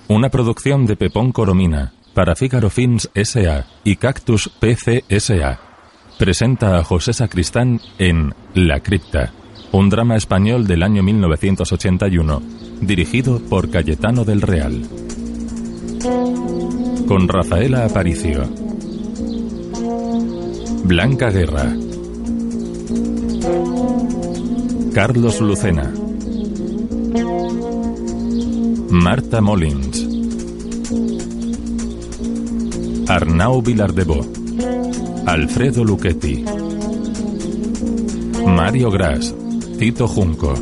Una producción de Pepón Coromina para Fígaro Films S.A. y Cactus PC S.A. Presenta a José Sacristán en La Cripta, un drama español del año 1981, dirigido por Cayetano del Real. Con Rafaela Aparicio, Blanca Guerra, Carlos Lucena, Marta Molins, Arnau Vilardebó, Alfredo Luchetti, Mario Gras, Tito Junco.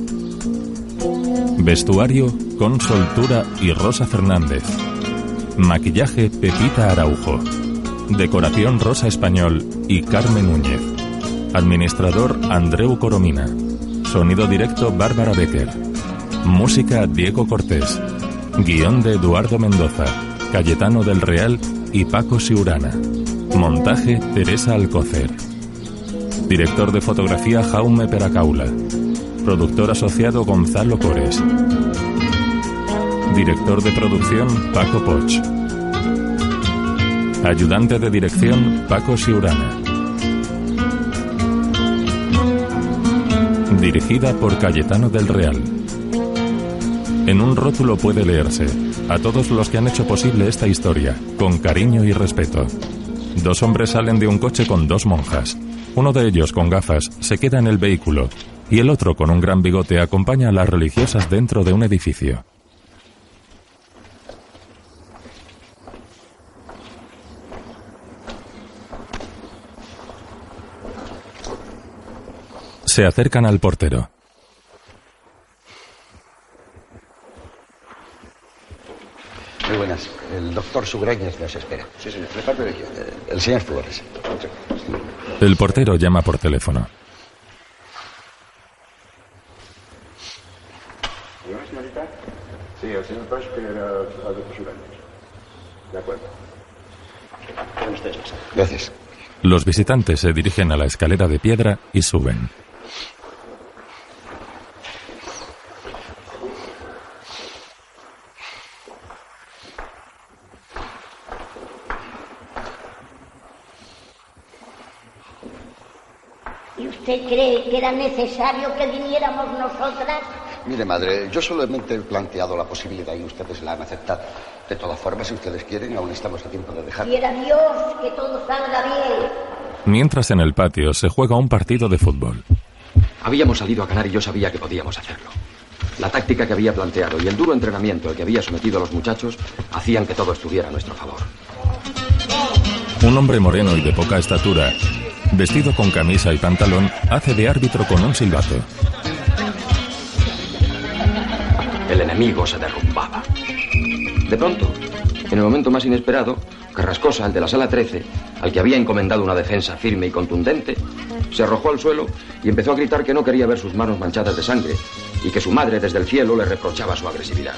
Vestuario, Consoltura y Rosa Fernández. Maquillaje, Pepita Araujo. Decoración, Rosa Español y Carmen Núñez. Administrador, Andreu Coromina. Sonido directo, Bárbara Becker. Música, Diego Cortés. Guión de Eduardo Mendoza, Cayetano del Real y Paco Siurana. Montaje, Teresa Alcócer. Director de fotografía, Jaume Peracaula. Productor asociado, Gonzalo Cores. Director de producción, Paco Poch. Ayudante de dirección, Paco Siurana. Dirigida por Cayetano del Real. En un rótulo puede leerse: a todos los que han hecho posible esta historia, con cariño y respeto. Dos hombres salen de un coche con dos monjas. Uno de ellos, con gafas, se queda en el vehículo y el otro, con un gran bigote, acompaña a las religiosas dentro de un edificio. Se acercan al portero. Muy buenas. El doctor Sugrañes nos espera. Sí, señor. ¿De parte de quién? El señor Flores. El portero llama por teléfono. ¿Dígame, señorita? Sí, el señor Flores quiere al doctor Sugrañes. De acuerdo. Pueden ustedes pasar. Gracias. Los visitantes se dirigen a la escalera de piedra y suben. ¿Y usted cree que era necesario que viniéramos nosotras? Mire, madre, yo solamente he planteado la posibilidad y ustedes la han aceptado. De todas formas, si ustedes quieren, aún estamos a tiempo de dejar. Quiera Dios que todo salga bien. Mientras en el patio se juega un partido de fútbol. Habíamos salido a ganar y yo sabía que podíamos hacerlo. La táctica que había planteado y el duro entrenamiento al que había sometido a los muchachos hacían que todo estuviera a nuestro favor. Un hombre moreno y de poca estatura, vestido con camisa y pantalón, hace de árbitro con un silbato. El enemigo se derrumbaba. De pronto, en el momento más inesperado, Carrascosa, el de la sala 13, al que había encomendado una defensa firme y contundente, se arrojó al suelo y empezó a gritar que no quería ver sus manos manchadas de sangre y que su madre desde el cielo le reprochaba su agresividad.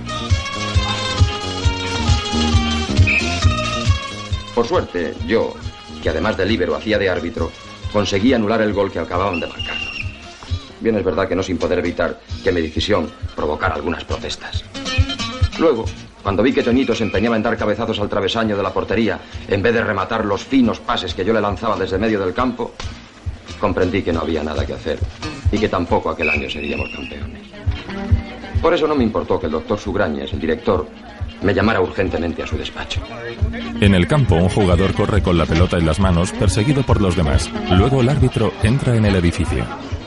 Por suerte, yo, que además de líbero hacía de árbitro, conseguí anular el gol que acababan de marcarnos. Bien es verdad que no sin poder evitar que mi decisión provocara algunas protestas. Luego, cuando vi que Toñito se empeñaba en dar cabezazos al travesaño de la portería en vez de rematar los finos pases que yo le lanzaba desde medio del campo, comprendí que no había nada que hacer y que tampoco aquel año seríamos campeones. Por eso no me importó que el doctor Sugrañes, el director, me llamara urgentemente a su despacho. En el campo, un jugador corre con la pelota en las manos, perseguido por los demás. Luego el árbitro entra en el edificio.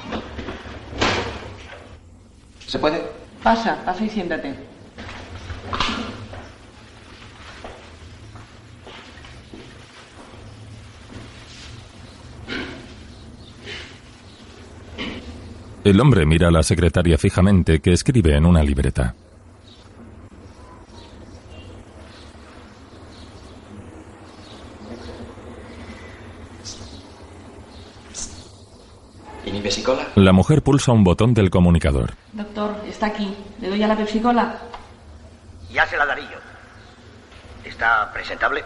¿Se puede? Pasa y siéntate. El hombre mira a la secretaria fijamente, que escribe en una libreta. ¿Y mi pepsicola? La mujer pulsa un botón del comunicador. Doctor, está aquí. ¿Le doy a la pepsicola? Ya se la daré yo. ¿Está presentable?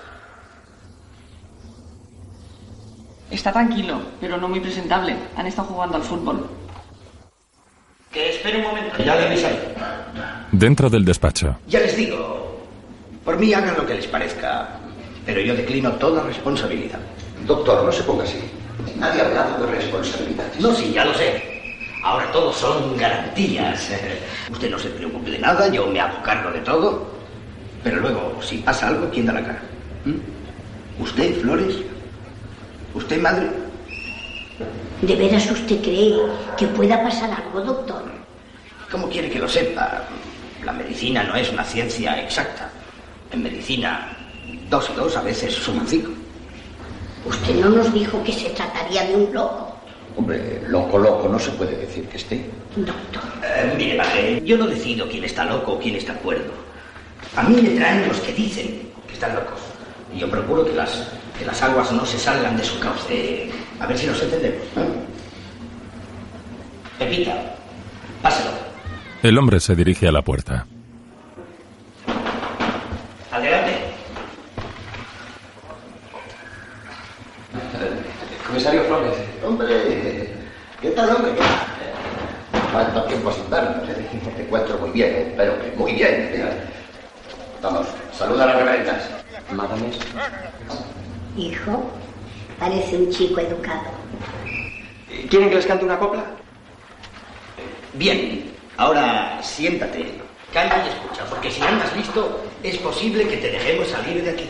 Está tranquilo, pero no muy presentable. Han estado jugando al fútbol. Que espere un momento. Ya le avisaré. Dentro del despacho. Ya les digo, por mí hagan lo que les parezca, pero yo declino toda responsabilidad. Doctor, no se ponga así. Nadie ha hablado de responsabilidades. No, sí, ya lo sé. Ahora todos son garantías. Usted no se preocupe de nada, yo me hago cargo de todo. Pero luego, si pasa algo, ¿quién da la cara? ¿Usted, Flores? ¿Usted, madre? ¿De veras usted cree que pueda pasar algo, doctor? ¿Cómo quiere que lo sepa? La medicina no es una ciencia exacta. En medicina, 2 y 2 a veces suman 5. Usted no nos dijo que se trataría de un loco. Hombre, loco no se puede decir que esté. Doctor. Mire, padre, yo no decido quién está loco o quién está cuerdo. A mí me traen los que dicen que están locos. Y yo procuro que las aguas no se salgan de su cauce. A ver si nos entendemos. Pepita, pásalo. El hombre se dirige a la puerta. Adelante. Comisario Flores. Hombre, ¿qué tal, hombre? ¿Cuánto tiempo sin vernos? Te encuentro muy bien, pero que muy bien. Vamos, saluda a las reverendas. Madames. Hijo, parece un chico educado. ¿Quieren que les cante una copla? Bien, ahora siéntate, calla y escucha, porque si andas listo, es posible que te dejemos salir de aquí.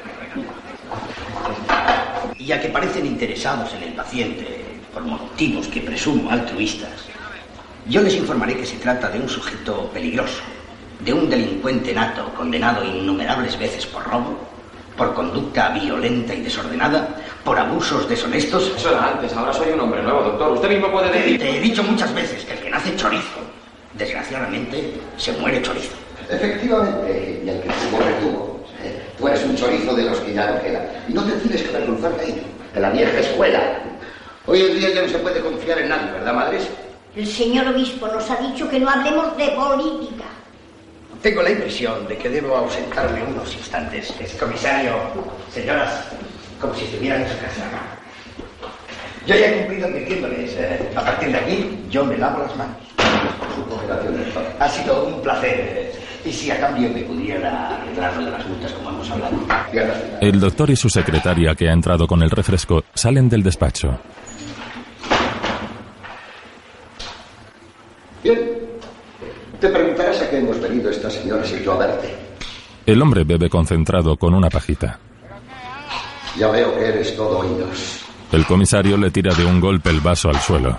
Y ya que parecen interesados en el paciente, por motivos que presumo altruistas, yo les informaré que se trata de un sujeto peligroso, de un delincuente nato condenado innumerables veces por robo, por conducta violenta y desordenada, por abusos deshonestos. Eso era antes, ahora soy un hombre nuevo, doctor. Usted mismo puede decir... Te he dicho muchas veces que el que nace chorizo, desgraciadamente, se muere chorizo. Efectivamente, y el que tuvo. Tú eres un chorizo de los que ya no quedan. Y no te tienes que avergonzar de ello, de la vieja escuela. Hoy en día ya no se puede confiar en nadie, ¿verdad, madres? El señor obispo nos ha dicho que no hablemos de política. Tengo la impresión de que debo ausentarme unos instantes. Comisario, señoras, como si estuvieran en su casa. Yo ya he cumplido advirtiéndoles. A partir de aquí, yo me lavo las manos. Su cooperación, doctor. Ha sido un placer. Y si a cambio me pudiera arreglarlo de las multas como hemos hablado. El doctor y su secretaria, que ha entrado con el refresco, salen del despacho. Bien. Te preguntarás a qué hemos venido estas señoras y yo a verte. El hombre bebe concentrado con una pajita. Ya veo que eres todo oídos. El comisario le tira de un golpe el vaso al suelo.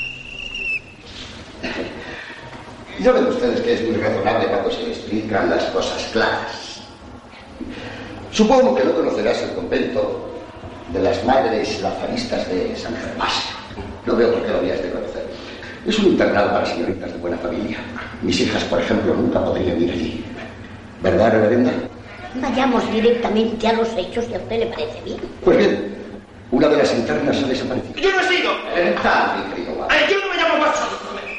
Ya ven ustedes que es muy razonable cuando se le explican las cosas claras. Supongo que no conocerás el convento de las Madres Lazaristas de San Gervasio. No veo por qué lo habías de conocer. Es un internado para señoritas de buena familia. Mis hijas, por ejemplo, nunca podrían ir allí. ¿Verdad, reverenda? Vayamos directamente a los hechos, si a usted le parece bien. Pues bien, una de las internas ha desaparecido. ¡Yo no he sido! Tal, mi querido Juan. ¡Yo no me llamo Watson!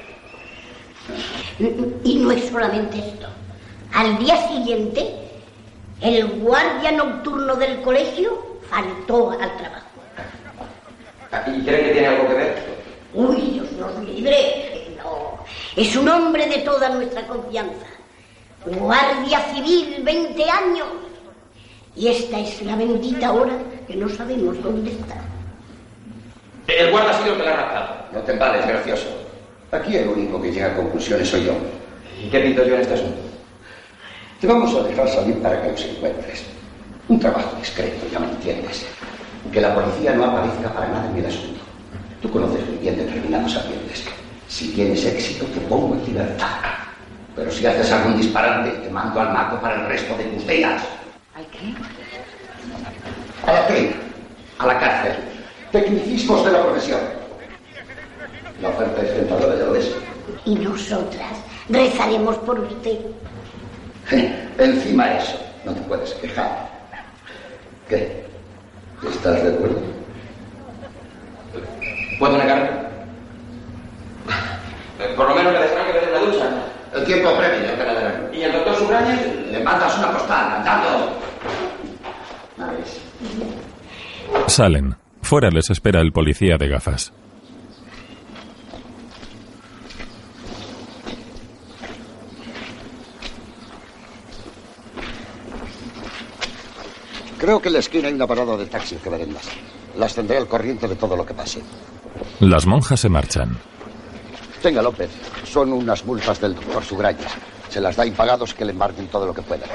Y no es solamente esto. Al día siguiente, el guardia nocturno del colegio faltó al trabajo. ¿Y creen que tiene algo que ver? Uy, Dios nos libre. No, es un hombre de toda nuestra confianza. Guardia civil, 20 años. Y esta es la bendita hora que no sabemos dónde está. El guarda ha sido el que la ha raptado. No te embales, gracioso. Aquí el único que llega a conclusiones soy yo. ¿Y qué pinto yo en este asunto? Te vamos a dejar salir para que los encuentres. Un trabajo discreto, ya me entiendes. Que la policía no aparezca para nada en el asunto. Tú conoces muy bien determinados ambientes. Si tienes éxito, te pongo en libertad. Pero si haces algún disparate, te mando al maco para el resto de tus días. ¿Al qué? ¿A la qué? A la cárcel. Tecnicismos de la profesión. La oferta es tentadora, ya lo ves. Y nosotras rezaremos por usted. Encima eso, no te puedes quejar. ¿Qué? ¿Estás de acuerdo? ¿Puedo negarme? Por lo menos me dejarán que me den la ducha. El tiempo premio, ya te la darán. ¿Y el doctor Subrañez? Le mandas una postal, andando. ¿Sabes? Salen. Fuera les espera el policía de gafas. Creo que en la esquina hay una parada de taxi que merendas. Las tendré al corriente de todo lo que pase. Las monjas se marchan. Tenga, López. Son unas multas del doctor Sugraña. Se las da impagados, que le embarguen todo lo que puedan.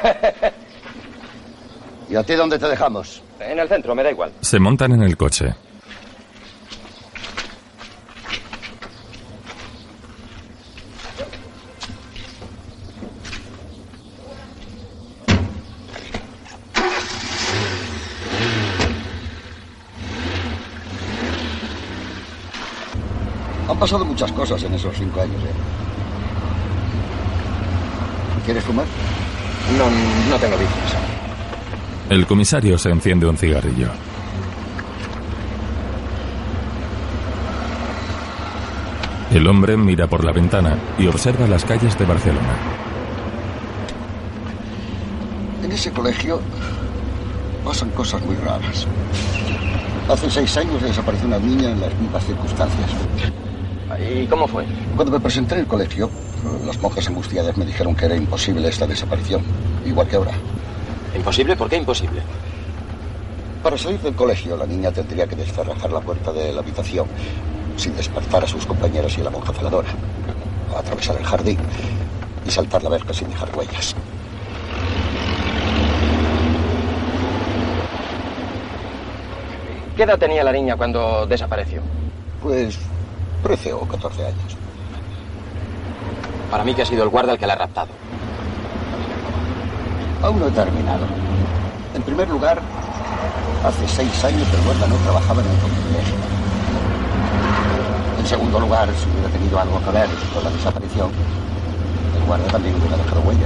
¿Y a ti dónde te dejamos? En el centro, me da igual. Se montan en el coche. Han pasado muchas cosas en esos 5 años, ¿eh? ¿Quieres fumar? No tengo vicios. El comisario se enciende un cigarrillo. El hombre mira por la ventana y observa las calles de Barcelona. En ese colegio pasan cosas muy raras. Hace 6 años desapareció una niña en las mismas circunstancias. ¿Y cómo fue? Cuando me presenté en el colegio, las monjas angustiadas me dijeron que era imposible esta desaparición, igual que ahora. ¿Imposible? ¿Por qué imposible? Para salir del colegio, la niña tendría que descerrajar la puerta de la habitación sin despertar a sus compañeros y a la monja celadora, atravesar el jardín y saltar la verja sin dejar huellas. ¿Qué edad tenía la niña cuando desapareció? Pues 13 o 14 años. Para mí que ha sido el guarda el que la ha raptado. Aún no he terminado. En primer lugar, hace 6 años el guarda no trabajaba en el colegio. En segundo lugar, si hubiera tenido algo que ver con la desaparición, el guarda también hubiera dejado huellas.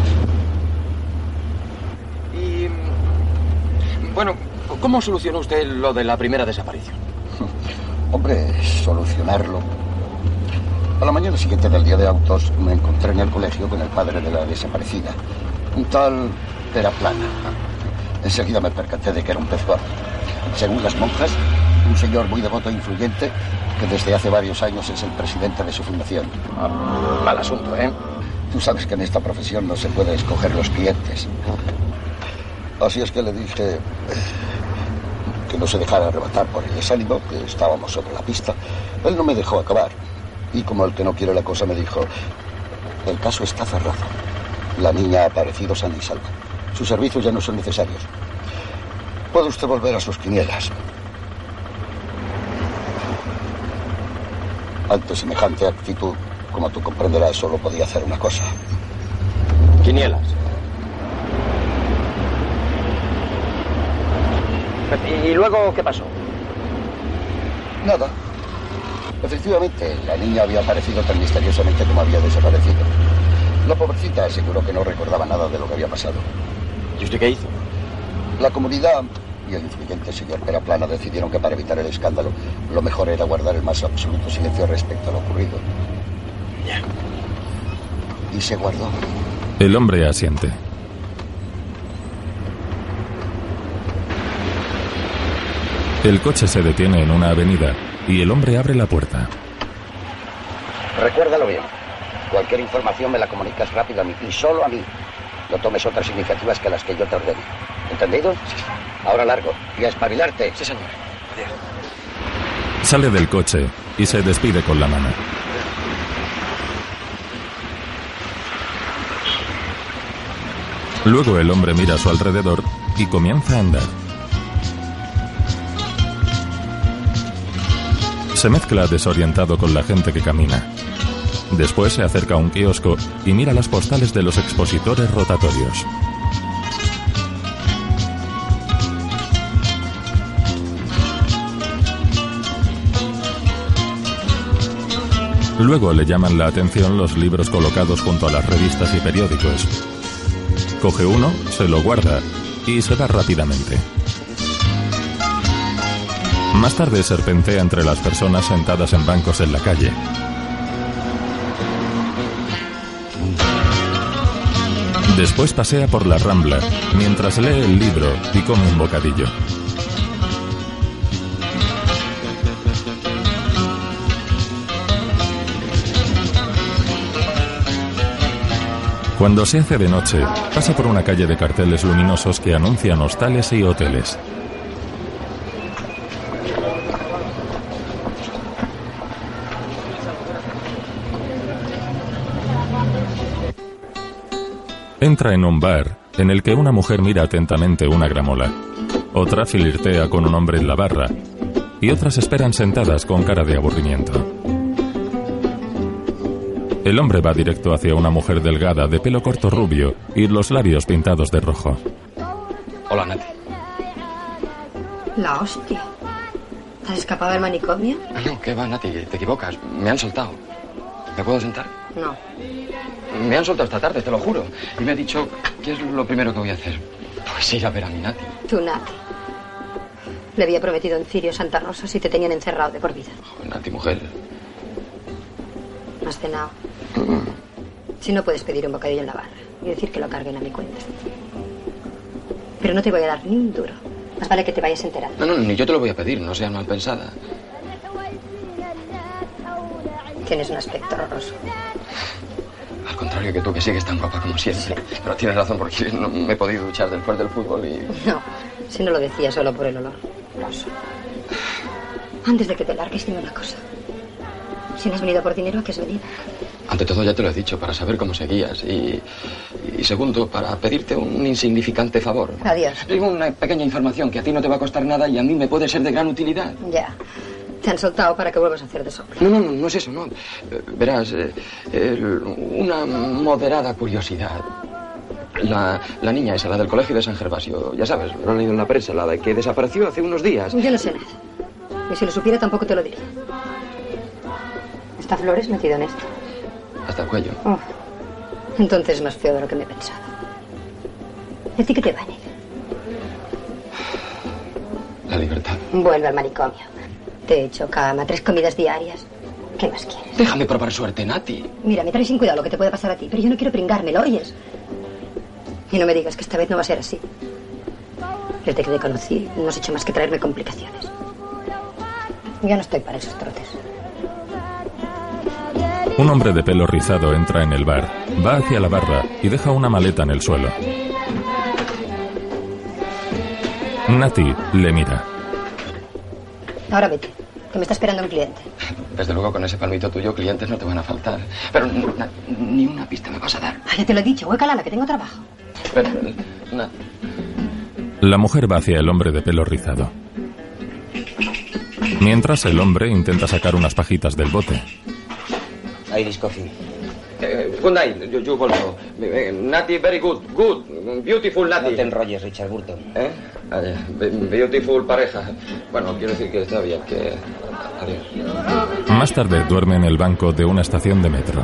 Y... bueno, ¿cómo solucionó usted lo de la primera desaparición? Hombre, solucionarlo. A la mañana siguiente del día de autos me encontré en el colegio con el padre de la desaparecida, un tal Peraplana. Enseguida me percaté de que era un pez gordo. Según las monjas, un señor muy devoto e influyente que desde hace varios años es el presidente de su fundación. Mal asunto, ¿eh? Tú sabes que en esta profesión no se puede escoger los clientes. Así es que le dije que no se dejara arrebatar por el desánimo, que estábamos sobre la pista. Él no me dejó acabar. Y como el que no quiere la cosa me dijo: el caso está cerrado. La niña ha aparecido sana y salva. Sus servicios ya no son necesarios. Puede usted volver a sus quinielas. Ante semejante actitud, como tú comprenderás, solo podía hacer una cosa. Quinielas. ¿Y luego qué pasó? Nada. Efectivamente, la niña había aparecido tan misteriosamente como había desaparecido. La pobrecita aseguró que no recordaba nada de lo que había pasado. ¿Y usted qué hizo? La comunidad y el influyente señor Peraplana decidieron que para evitar el escándalo, lo mejor era guardar el más absoluto silencio respecto a lo ocurrido. Ya. Y se guardó. El hombre asiente. El coche se detiene en una avenida y el hombre abre la puerta. Recuérdalo bien. Cualquier información me la comunicas rápido a mí, y solo a mí. No tomes otras iniciativas que las que yo te ordene. ¿Entendido? Sí. Ahora largo. Y a espabilarte. Sí, señor. Adiós. Sale del coche y se despide con la mano. Luego el hombre mira a su alrededor y comienza a andar. Se mezcla desorientado con la gente que camina. Después se acerca a un kiosco y mira las postales de los expositores rotatorios. Luego le llaman la atención los libros colocados junto a las revistas y periódicos. Coge uno, se lo guarda y se va rápidamente. Más tarde serpentea entre las personas sentadas en bancos en la calle. Después pasea por la Rambla, mientras lee el libro y come un bocadillo. Cuando se hace de noche, pasa por una calle de carteles luminosos que anuncian hostales y hoteles. Entra en un bar en el que una mujer mira atentamente una gramola. Otra flirtea con un hombre en la barra y otras esperan sentadas con cara de aburrimiento. El hombre va directo hacia una mujer delgada de pelo corto rubio y los labios pintados de rojo. Hola, Nati. La hostia. ¿Te has escapado del manicomio? No, ¿qué va, Nati? Te equivocas. Me han soltado. ¿Me puedo sentar? No. Me han soltado esta tarde, te lo juro. Y me ha dicho, ¿qué es lo primero que voy a hacer? Pues ir a ver a mi Nati. Tu Nati. Le había prometido en Cirio Santa Rosa si te tenían encerrado de por vida. Oh, Nati, mujer. ¿No has cenado? Si no, puedes pedir un bocadillo en la barra y decir que lo carguen a mi cuenta. Pero no te voy a dar ni un duro. Más vale que te vayas enterando. No, ni yo te lo voy a pedir, no seas mal pensada. Tienes un aspecto horroroso. Al contrario que tú, que sigues tan guapa como siempre. Sí. Pero tienes razón, porque no me he podido duchar después del fútbol y... No, si no lo decía solo por el olor. Antes de que te largues, dime una cosa. Si no has venido por dinero, ¿a qué has venido? Ante todo, ya te lo he dicho, para saber cómo seguías. Y segundo, para pedirte un insignificante favor. Adiós. Digo, una pequeña información que a ti no te va a costar nada y a mí me puede ser de gran utilidad. Ya. Te han soltado para que vuelvas a hacer de sombra. No es eso, no. Verás, una moderada curiosidad. La niña esa, la del colegio de San Gervasio, ya sabes, lo han leído en la prensa, la de que desapareció hace unos días. Yo no sé nada. Y si lo supiera, tampoco te lo diría. ¿Está Flores metido en esto? Hasta el cuello. Oh. Entonces es más feo de lo que me he pensado. ¿Y a ti qué te va, Nick? La libertad. Vuelve al manicomio. Te he hecho cama, 3 comidas diarias. ¿Qué más quieres? Déjame probar suerte, Nati. Mira, me traes sin cuidado lo que te puede pasar a ti, pero yo no quiero pringarme, ¿lo oyes? Y no me digas que esta vez no va a ser así. Desde que te conocí, no has hecho más que traerme complicaciones. Ya no estoy para esos trotes. Un hombre de pelo rizado entra en el bar, va hacia la barra y deja una maleta en el suelo. Nati le mira. Ahora vete, que me está esperando un cliente. Desde luego, con ese palmito tuyo, clientes no te van a faltar. Pero ni una pista me vas a dar. Ya te lo he dicho, voy calala, que tengo trabajo. Pero, La mujer va hacia el hombre de pelo rizado. Mientras, el hombre intenta sacar unas pajitas del bote. Irish coffee. Good night, you also. Nati, very good, beautiful Nati. No te enrolles, Richard Burton. Beautiful pareja. Bueno, quiero decir que está bien, que... Adiós. Más tarde duerme en el banco de una estación de metro.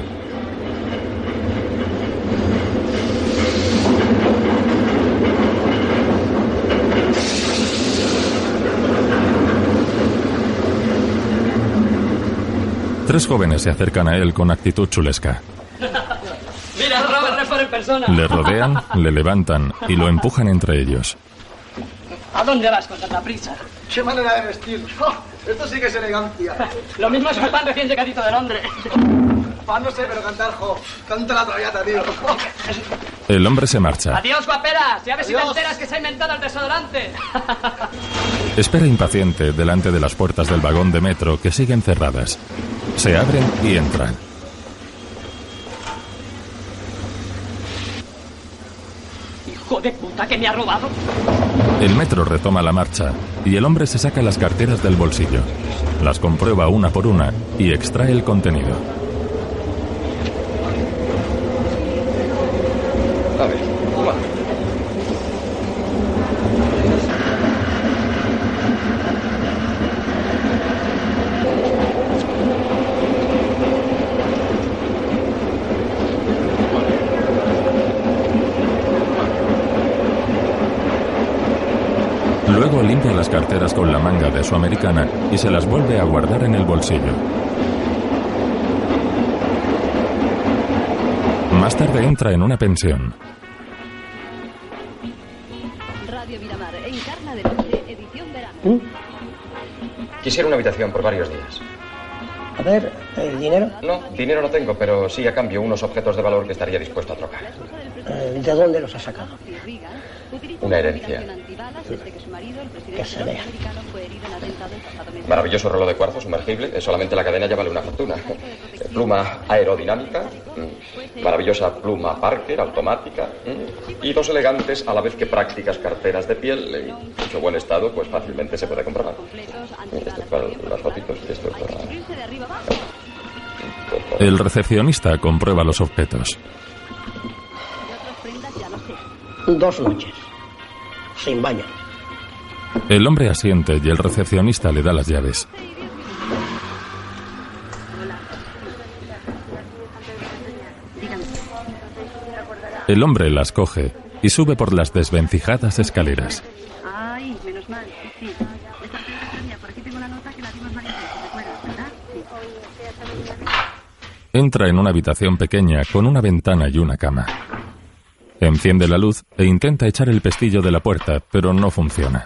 Tres jóvenes se acercan a él con actitud chulesca. Mira, Robert Redford en persona. Le rodean, le levantan y lo empujan entre ellos. ¿A dónde vas con tanta prisa? ¡Qué manera de vestir! ¡Oh! Esto sí que es elegancia. Lo mismo es el pan recién llegadito de Londres. Pan no sé, pero cantar, jo. Canta la traviata, tío. El hombre se marcha. Adiós, guaperas. Ya ves si te enteras que se ha inventado el desodorante. Espera impaciente delante de las puertas del vagón de metro que siguen cerradas. Se abren y entran. Hijo de puta, que me ha robado. El metro retoma la marcha y el hombre se saca las carteras del bolsillo. Las comprueba una por una y extrae el contenido. A ver, toma. Luego limpia las carteras con la manga de su americana y se las vuelve a guardar en el bolsillo. Más tarde entra en una pensión. Radio Miramar, Encarna de Noche, edición verano. Quisiera una habitación por varios días. A ver, ¿el dinero? No, dinero no tengo, pero sí a cambio unos objetos de valor que estaría dispuesto a trocar. ¿De dónde los has sacado? Una herencia. Que se vea. Maravilloso reloj de cuarzo sumergible. Solamente la cadena ya vale una fortuna. Pluma aerodinámica. Maravillosa pluma Parker automática. Y dos elegantes, a la vez que prácticas carteras de piel. En mucho buen estado, pues fácilmente se puede comprobar. Esto es para las fotitos y esto es para... El recepcionista comprueba los objetos. 2 noches. Sin baño. El hombre asiente y el recepcionista le da las llaves. El hombre las coge y sube por las desvencijadas escaleras. Ay, menos mal, sí. Por aquí tengo la nota que la dimos varias veces, ¿recuerdas, verdad? Sí. Entra en una habitación pequeña con una ventana y una cama. Enciende la luz e intenta echar el pestillo de la puerta, pero no funciona.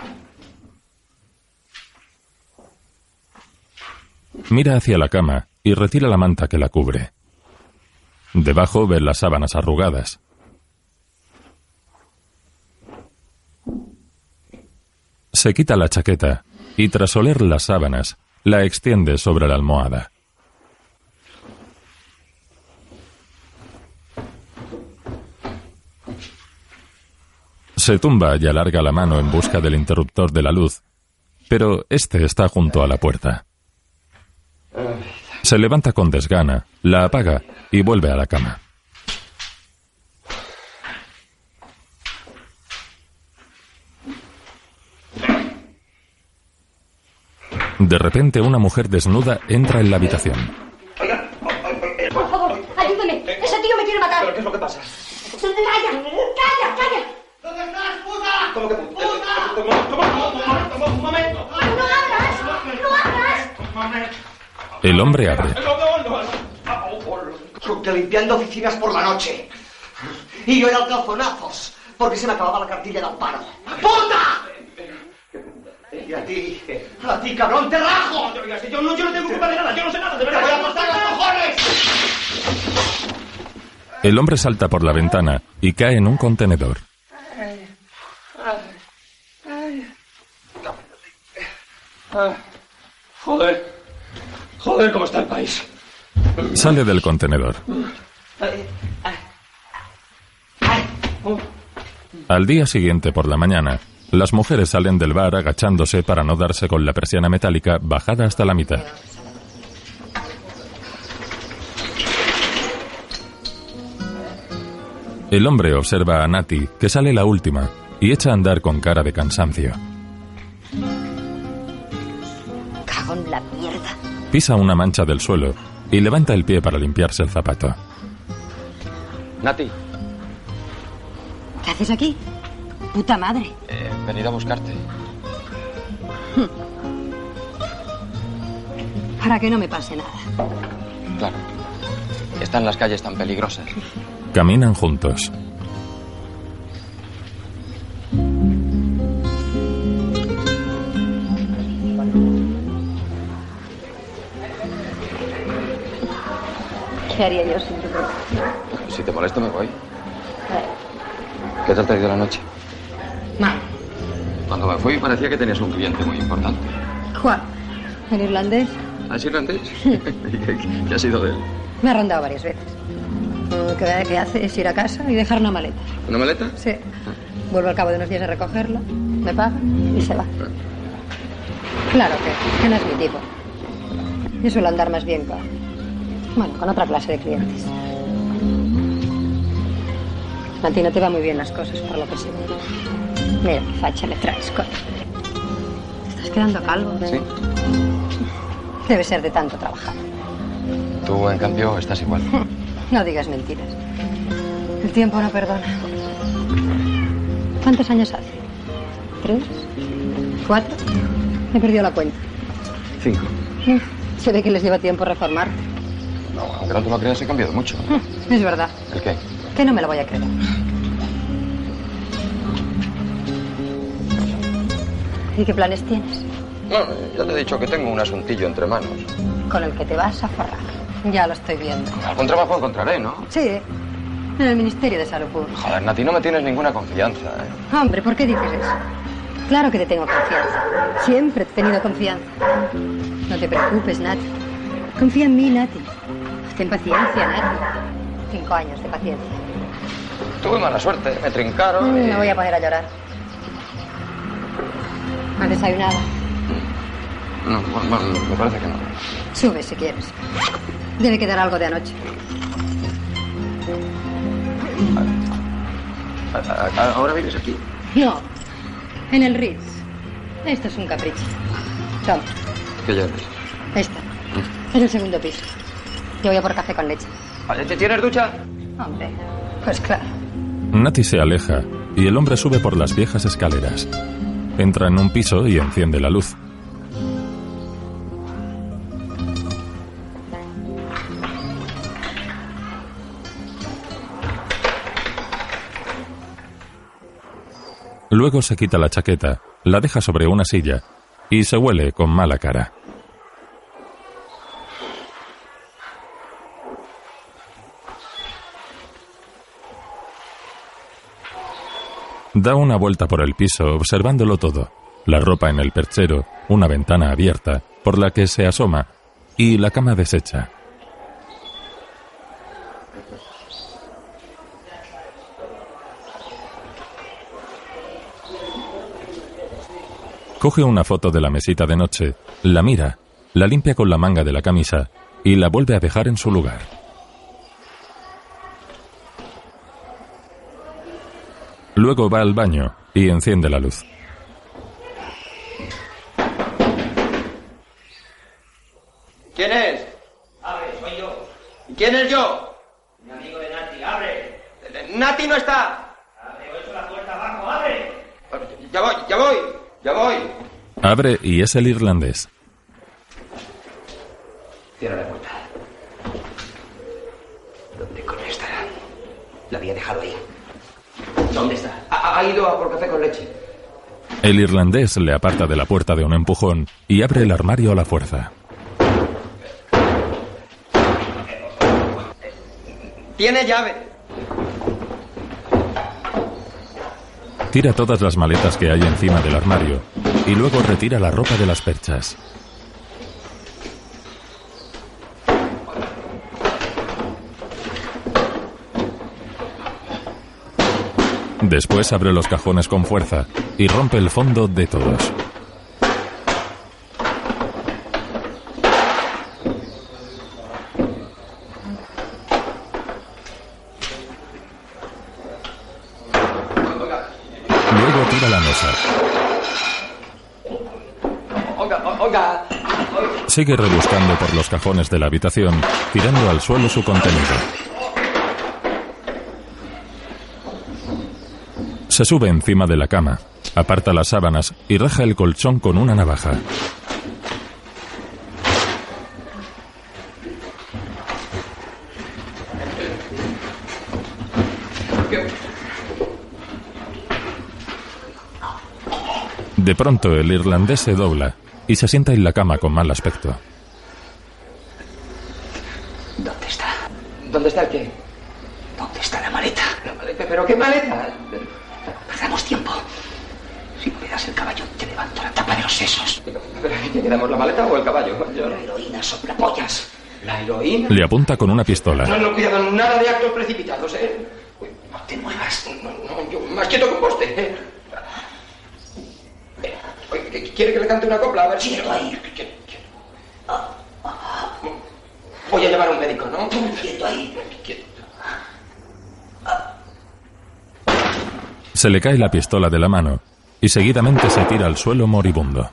Mira hacia la cama y retira la manta que la cubre. Debajo ve las sábanas arrugadas. Se quita la chaqueta y tras oler las sábanas, la extiende sobre la almohada. Se tumba y alarga la mano en busca del interruptor de la luz, pero este está junto a la puerta. Se levanta con desgana, la apaga y vuelve a la cama. De repente, una mujer desnuda entra en la habitación. Por favor, ayúdeme. Ese tío me quiere matar. ¿Pero qué es lo que pasa? ¡Calla! ¡Calla! ¿Dónde estás, puta? ¿Cómo que puta? Un momento. ¡No abras! El hombre abre. Que limpiando oficinas por la noche. Y yo era al calzonazos, porque se me acababa la cartilla de amparo. ¡Puta! Y a ti, cabrón, te rajo. Yo no tengo culpa de nada, yo no sé nada, de verdad. ¡Te voy a cortar los cojones! El hombre salta por la ventana y cae en un contenedor. Joder, cómo está el país. Sale del contenedor. Al día siguiente por la mañana, las mujeres salen del bar agachándose para no darse con la persiana metálica bajada hasta la mitad. El hombre observa a Nati, que sale la última, y echa a andar con cara de cansancio. Cago en la mierda. Pisa una mancha del suelo y levanta el pie para limpiarse el zapato. Nati, ¿Qué haces aquí? Puta madre. he venido a buscarte. Para que no me pase nada. Claro. Están las calles tan peligrosas. Caminan juntos. ¿Qué haría yo sin tu protección? Si te molesto, me voy. ¿Qué tal te ha ido la noche? Mal. Cuando me fui parecía que tenías un cliente muy importante. ¿Cuál? ¿El irlandés? ¿Es irlandés? ¿Qué ha sido de él? Me ha rondado varias veces. Lo que hace es ir a casa y dejar una maleta. ¿Una maleta? Sí. Vuelvo al cabo de unos días a recogerla, me paga y se va. Claro que no es mi tipo. Yo suelo andar más bien con otra clase de clientes. A ti no te va muy bien las cosas, por lo que sé. Mira qué facha le traes, coño. Te estás quedando calvo. Sí. Debe ser de tanto trabajar. Tú, en cambio, estás igual. No digas mentiras. El tiempo no perdona. ¿Cuántos años hace? ¿3? ¿4? He perdido la cuenta. 5. Se ve que les lleva tiempo reformarte. No, aunque no te lo creas, he cambiado mucho. Es verdad. ¿El qué? Que no me lo voy a creer. ¿Y qué planes tienes? No, ya te he dicho que tengo un asuntillo entre manos. con el que te vas a forrar. Ya lo estoy viendo. Algún trabajo encontraré, ¿no? Sí, en el Ministerio de Salud Pública. Joder, Nati, no me tienes ninguna confianza, ¿eh? Hombre, ¿por qué dices eso? Claro que te tengo confianza. Siempre te he tenido confianza. No te preocupes, Nati. Confía en mí, Nati. Ten paciencia, Nati. 5 años de paciencia. Tuve mala suerte, me trincaron y... Me voy a poner a llorar. ¿Has desayunado? No, bueno, me parece que no. Sube si quieres. Debe quedar algo de anoche. ¿Ahora vives aquí? No, en el Ritz. Esto es un capricho. Toma. ¿Qué lleves? Esta. Es el segundo piso. Yo voy a por café con leche. ¿Te tienes ducha? Hombre, pues claro. Nati se aleja y el hombre sube por las viejas escaleras. Entra en un piso y enciende la luz. Luego se quita la chaqueta, la deja sobre una silla y se huele con mala cara. Da una vuelta por el piso observándolo todo. La ropa en el perchero, una ventana abierta por la que se asoma y la cama deshecha. Coge una foto de la mesita de noche, la mira, la limpia con la manga de la camisa y la vuelve a dejar en su lugar. Luego va al baño y enciende la luz. ¿Quién es? Abre, soy yo. ¿Quién es yo? Mi amigo de Nati, abre. Nati no está. Abre, he hecho la puerta abajo, abre. Ya voy. Abre y es el irlandés. Cierra la puerta. ¿Dónde coño estará? La había dejado ahí. ¿Dónde está? Ha ido a por café con leche. El irlandés le aparta de la puerta de un empujón y abre el armario a la fuerza. Tiene llave. Tira todas las maletas que hay encima del armario y luego retira la ropa de las perchas. Después abre los cajones con fuerza y rompe el fondo de todos. Luego tira la mesa. Oiga. Sigue rebuscando por los cajones de la habitación, tirando al suelo su contenido. Se sube encima de la cama, aparta las sábanas y raja el colchón con una navaja. De pronto el irlandés se dobla y se sienta en la cama con mal aspecto. ¿Dónde está? ¿Dónde está el qué? ¿Dónde está la maleta? ¿La maleta? ¿Pero qué maleta? Perdamos tiempo. Si me das el caballo, te levanto la tapa de los sesos. ¿Pero qué quedamos, la maleta o el caballo? La heroína soplapollas. ¿La heroína? Le apunta con una pistola. No, cuidado, nada de actos precipitados, ¿eh? Uy, no te muevas. No, yo más quieto que un poste. ¿Quiere que le cante una copla? A ver si... Quieto ahí. Voy a llamar a un médico, ¿no? Quieto ahí. Se le cae la pistola de la mano y seguidamente se tira al suelo moribundo.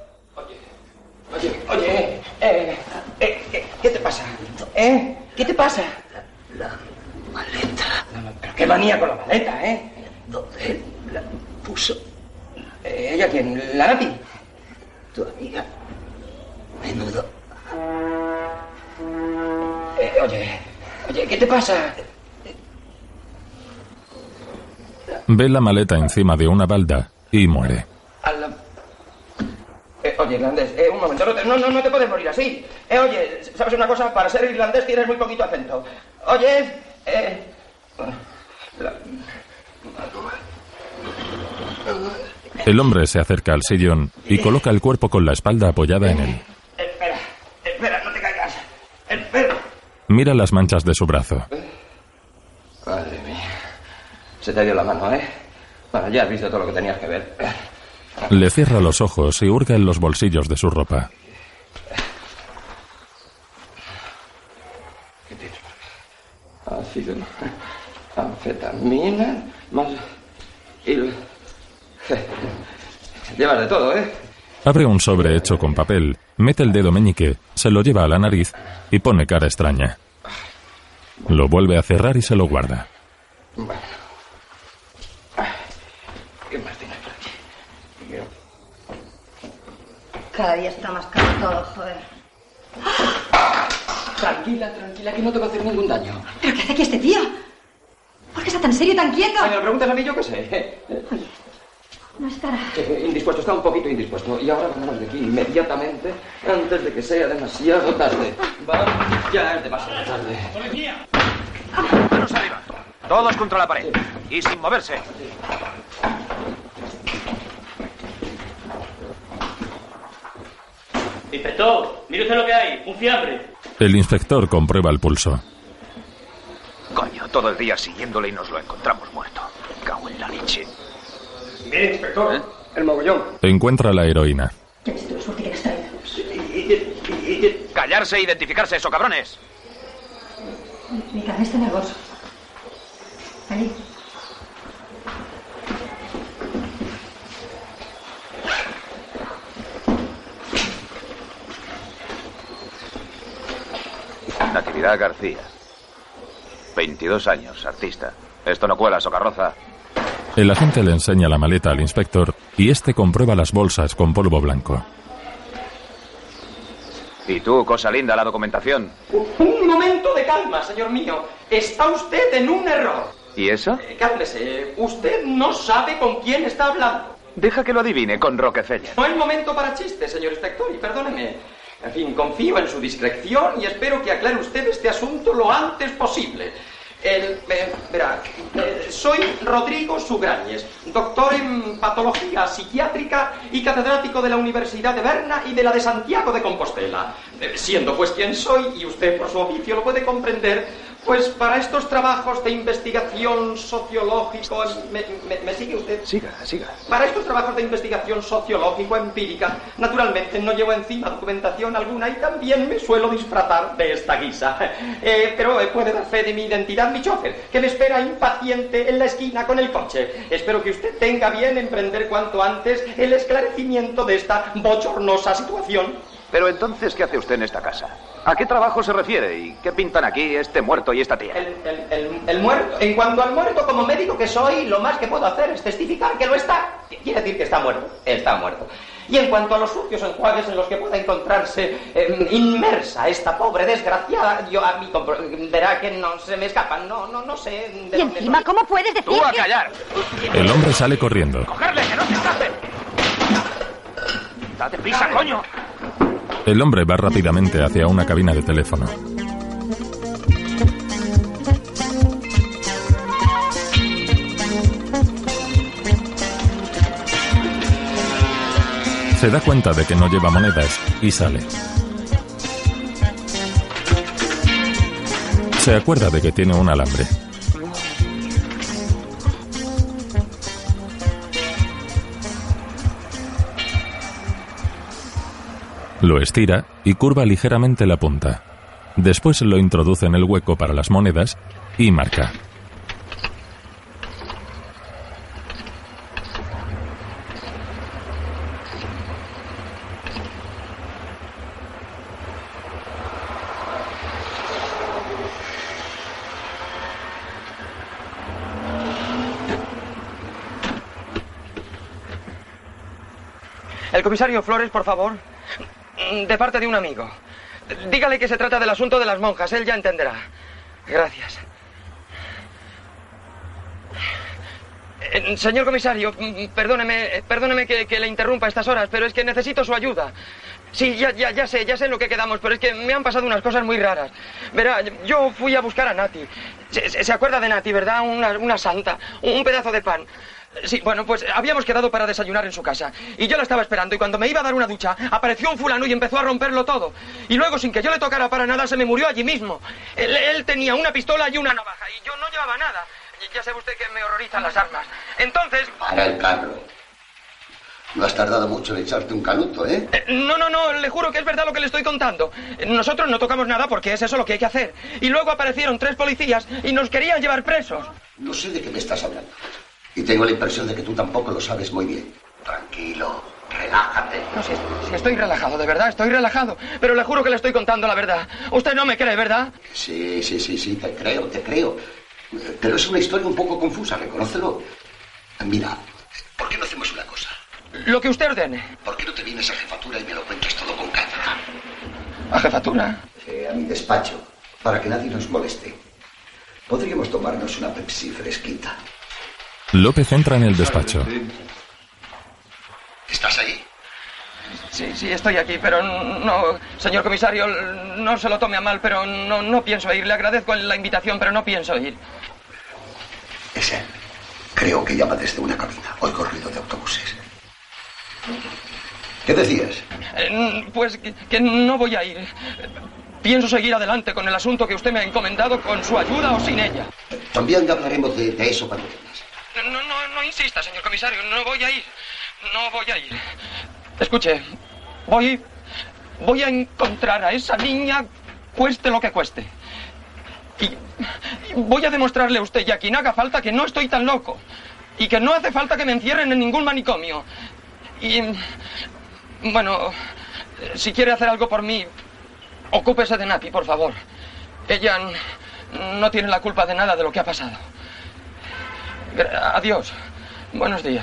Oye, ¿qué te pasa? ¿Qué te pasa? La maleta. ¿Pero qué manía con la maleta, ¿Dónde la puso? ¿Ella quién? ¿La Nati? Tu amiga. Menudo. Oye, ¿qué te pasa? Ve la maleta encima de una balda y muere. Oye, irlandés, un momento, no te puedes morir así. Oye, ¿sabes una cosa? Para ser irlandés tienes muy poquito acento. Oye, El hombre se acerca al sillón y coloca el cuerpo con la espalda apoyada en él. Espera, no te caigas. Espera. Mira las manchas de su brazo. Madre mía. Se te ha ido la mano, ¿eh? Bueno, ya has visto todo lo que tenías que ver. Le cierra los ojos y hurga en los bolsillos de su ropa. ¿Qué tienes por aquí? Ácido, anfetamina, más... Llevas de todo, ¿eh? Abre un sobre hecho con papel, mete el dedo meñique, se lo lleva a la nariz y pone cara extraña. Lo vuelve a cerrar y se lo guarda. Bueno. ¿Qué más tienes por aquí? Cada día está más caro todo, joder. Tranquila, que no te va a hacer ningún daño. ¿Pero qué hace aquí este tío? ¿Por qué está tan serio y tan quieto? Ay, me lo preguntas a mí, yo qué sé. Oye, no estará... Indispuesto, está un poquito indispuesto. Y ahora vamos de aquí inmediatamente antes de que sea demasiado tarde. Vamos, ya es demasiado tarde. ¡Policía! Manos arriba. Todos contra la pared. Y sin moverse. Inspector, mire usted lo que hay. Un fiambre. El inspector comprueba el pulso. Coño, todo el día siguiéndole y nos lo encontramos muerto. Cago en la leche. Mire, inspector, el mogollón. Encuentra la heroína. ¿Qué es la suerte que has traído? Callarse e identificarse, eso, cabrones. Mi carnet está en el bolso. Allí. Natividad García. 22 años, artista. Esto no cuela, socarroza. El agente le enseña la maleta al inspector y este comprueba las bolsas con polvo blanco. ¿Y tú, cosa linda, la documentación? Un momento de calma, señor mío. Está usted en un error. ¿Y eso? Cálmese. Usted no sabe con quién está hablando. Deja que lo adivine con Rockefeller. No hay momento para chistes, señor inspector, y perdóneme. En fin, confío en su discreción y espero que aclare usted este asunto lo antes posible. Verá, soy Rodrigo Sugrañes, doctor en patología psiquiátrica y catedrático de la Universidad de Berna y de la de Santiago de Compostela. Siendo pues quien soy, y usted por su oficio lo puede comprender, pues para estos trabajos de investigación sociológico... ¿Me sigue usted? Siga. Para estos trabajos de investigación sociológico-empírica, naturalmente no llevo encima documentación alguna y también me suelo disfrazar de esta guisa. Pero puede dar fe de mi identidad mi chofer, que me espera impaciente en la esquina con el coche. Espero que usted tenga bien emprender cuanto antes el esclarecimiento de esta bochornosa situación. Pero entonces, ¿qué hace usted en esta casa? ¿A qué trabajo se refiere? ¿Y qué pintan aquí este muerto y esta tía? El muerto, en cuanto al muerto, como médico que soy, lo más que puedo hacer es testificar que lo está. Quiere decir que está muerto. Está muerto. Y en cuanto a los sucios enjuagues en los que pueda encontrarse inmersa esta pobre desgraciada, yo a mí verá que no se me escapan. No sé. Y encima, ¿cómo puedes decir ¡Tú a callar! El hombre sale corriendo. ¡Cogerle, que no se escape! ¡Date prisa, coño! El hombre va rápidamente hacia una cabina de teléfono. Se da cuenta de que no lleva monedas y sale. Se acuerda de que tiene un alambre. Lo estira y curva ligeramente la punta. Después lo introduce en el hueco para las monedas y marca. El comisario Flores, por favor. De parte de un amigo. Dígale que se trata del asunto de las monjas. Él ya entenderá. Gracias. Señor comisario, perdóneme que le interrumpa a estas horas, pero es que necesito su ayuda. Sí, ya sé en lo que quedamos, pero es que me han pasado unas cosas muy raras. Verá, yo fui a buscar a Nati. ¿Se acuerda de Nati, verdad? Una santa, un pedazo de pan. Sí, bueno, pues habíamos quedado para desayunar en su casa. Y yo la estaba esperando, y cuando me iba a dar una ducha, apareció un fulano y empezó a romperlo todo. Y luego, sin que yo le tocara para nada, se me murió allí mismo. Él tenía una pistola y una navaja, y yo no llevaba nada. Ya sabe usted que me horrorizan las armas. Entonces... Para el carro. No has tardado mucho en echarte un canuto, ¿eh? No, le juro que es verdad lo que le estoy contando. Nosotros no tocamos nada porque es eso lo que hay que hacer. Y luego aparecieron 3 policías y nos querían llevar presos. No sé de qué me estás hablando. Y tengo la impresión de que tú tampoco lo sabes muy bien. Tranquilo, relájate. No, si estoy relajado, de verdad, estoy relajado. Pero le juro que le estoy contando la verdad. Usted no me cree, ¿verdad? Sí, te creo. Pero es una historia un poco confusa, reconócelo. Mira, ¿por qué no hacemos una cosa? Lo que usted ordene. ¿Por qué no te vienes a jefatura y me lo cuentas todo con calma? ¿A jefatura? Sí, a mi despacho, para que nadie nos moleste. Podríamos tomarnos una Pepsi fresquita. López entra en el despacho. ¿Estás ahí? Sí, estoy aquí, pero no... Señor comisario, no se lo tome a mal, pero no pienso ir. Le agradezco la invitación, pero no pienso ir. Es él. Creo que llama desde una cabina. Oigo ruido de autobuses. ¿Qué decías? Pues que no voy a ir. Pienso seguir adelante con el asunto que usted me ha encomendado, con su ayuda o sin ella. También hablaremos de eso cuando vengas. No insista, señor comisario. No voy a ir. Escuche, voy a encontrar a esa niña, cueste lo que cueste. Y voy a demostrarle a usted y a quien haga falta que no estoy tan loco. Y que no hace falta que me encierren en ningún manicomio. Y... bueno, si quiere hacer algo por mí, ocúpese de Nati, por favor. Ella no tiene la culpa de nada de lo que ha pasado. Adiós. Buenos días.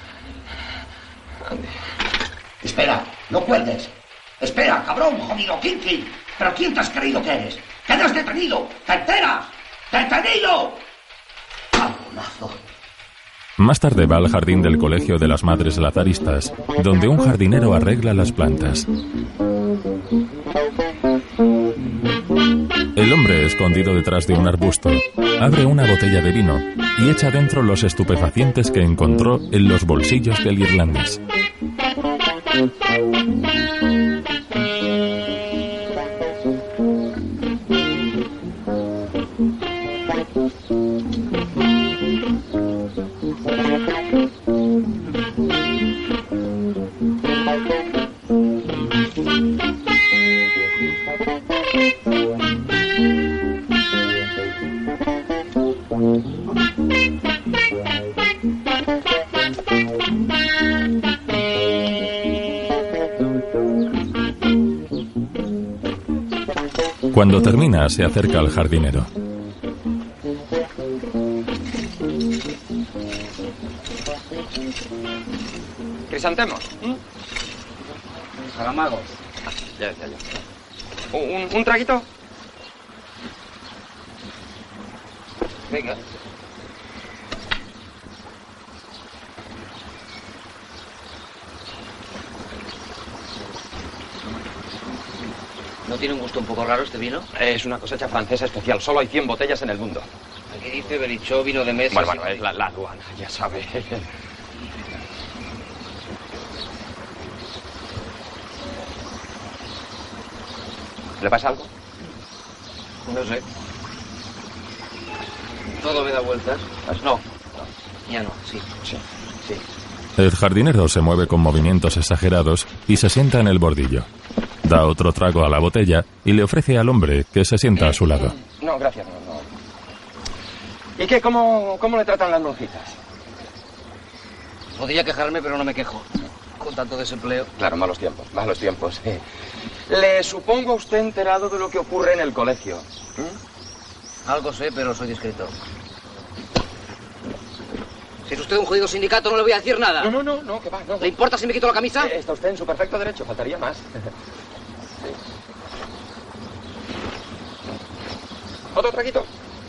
Espera, no cuelgues. Espera, cabrón, jodido, Kinky. ¿Pero quién te has creído que eres? ¡Quedas detenido! ¡Te enteras! ¡Detenido! ¡Cabronazo! Más tarde va al jardín del Colegio de las Madres Lazaristas, donde un jardinero arregla las plantas. El hombre, escondido detrás de un arbusto, abre una botella de vino y echa dentro los estupefacientes que encontró en los bolsillos del irlandés. Cuando termina, se acerca al jardinero. Crisantemos. Salamagos. Ya. ¿Un traguito? Venga. ¿No tiene un gusto un poco raro este vino? Es una cosecha francesa especial. Solo hay 100 botellas en el mundo. Aquí dice Berichó, vino de mesa. Bueno, es la aduana, ya sabe. ¿Le pasa algo? No sé. Todo me da vueltas. No. Ya no, sí. El jardinero se mueve con movimientos exagerados y se sienta en el bordillo. Da otro trago a la botella y le ofrece al hombre que se sienta a su lado. No, gracias, no. ¿Y qué? ¿Cómo le tratan las monjitas? Podría quejarme, pero no me quejo. Con tanto desempleo. Claro, malos tiempos. Le supongo a usted enterado de lo que ocurre en el colegio. Algo sé, pero soy discreto. Si es usted un jodido sindicato, no le voy a decir nada. No, que va, no. ¿Le importa si me quito la camisa? Está usted en su perfecto derecho, faltaría más. ¿Otro traguito?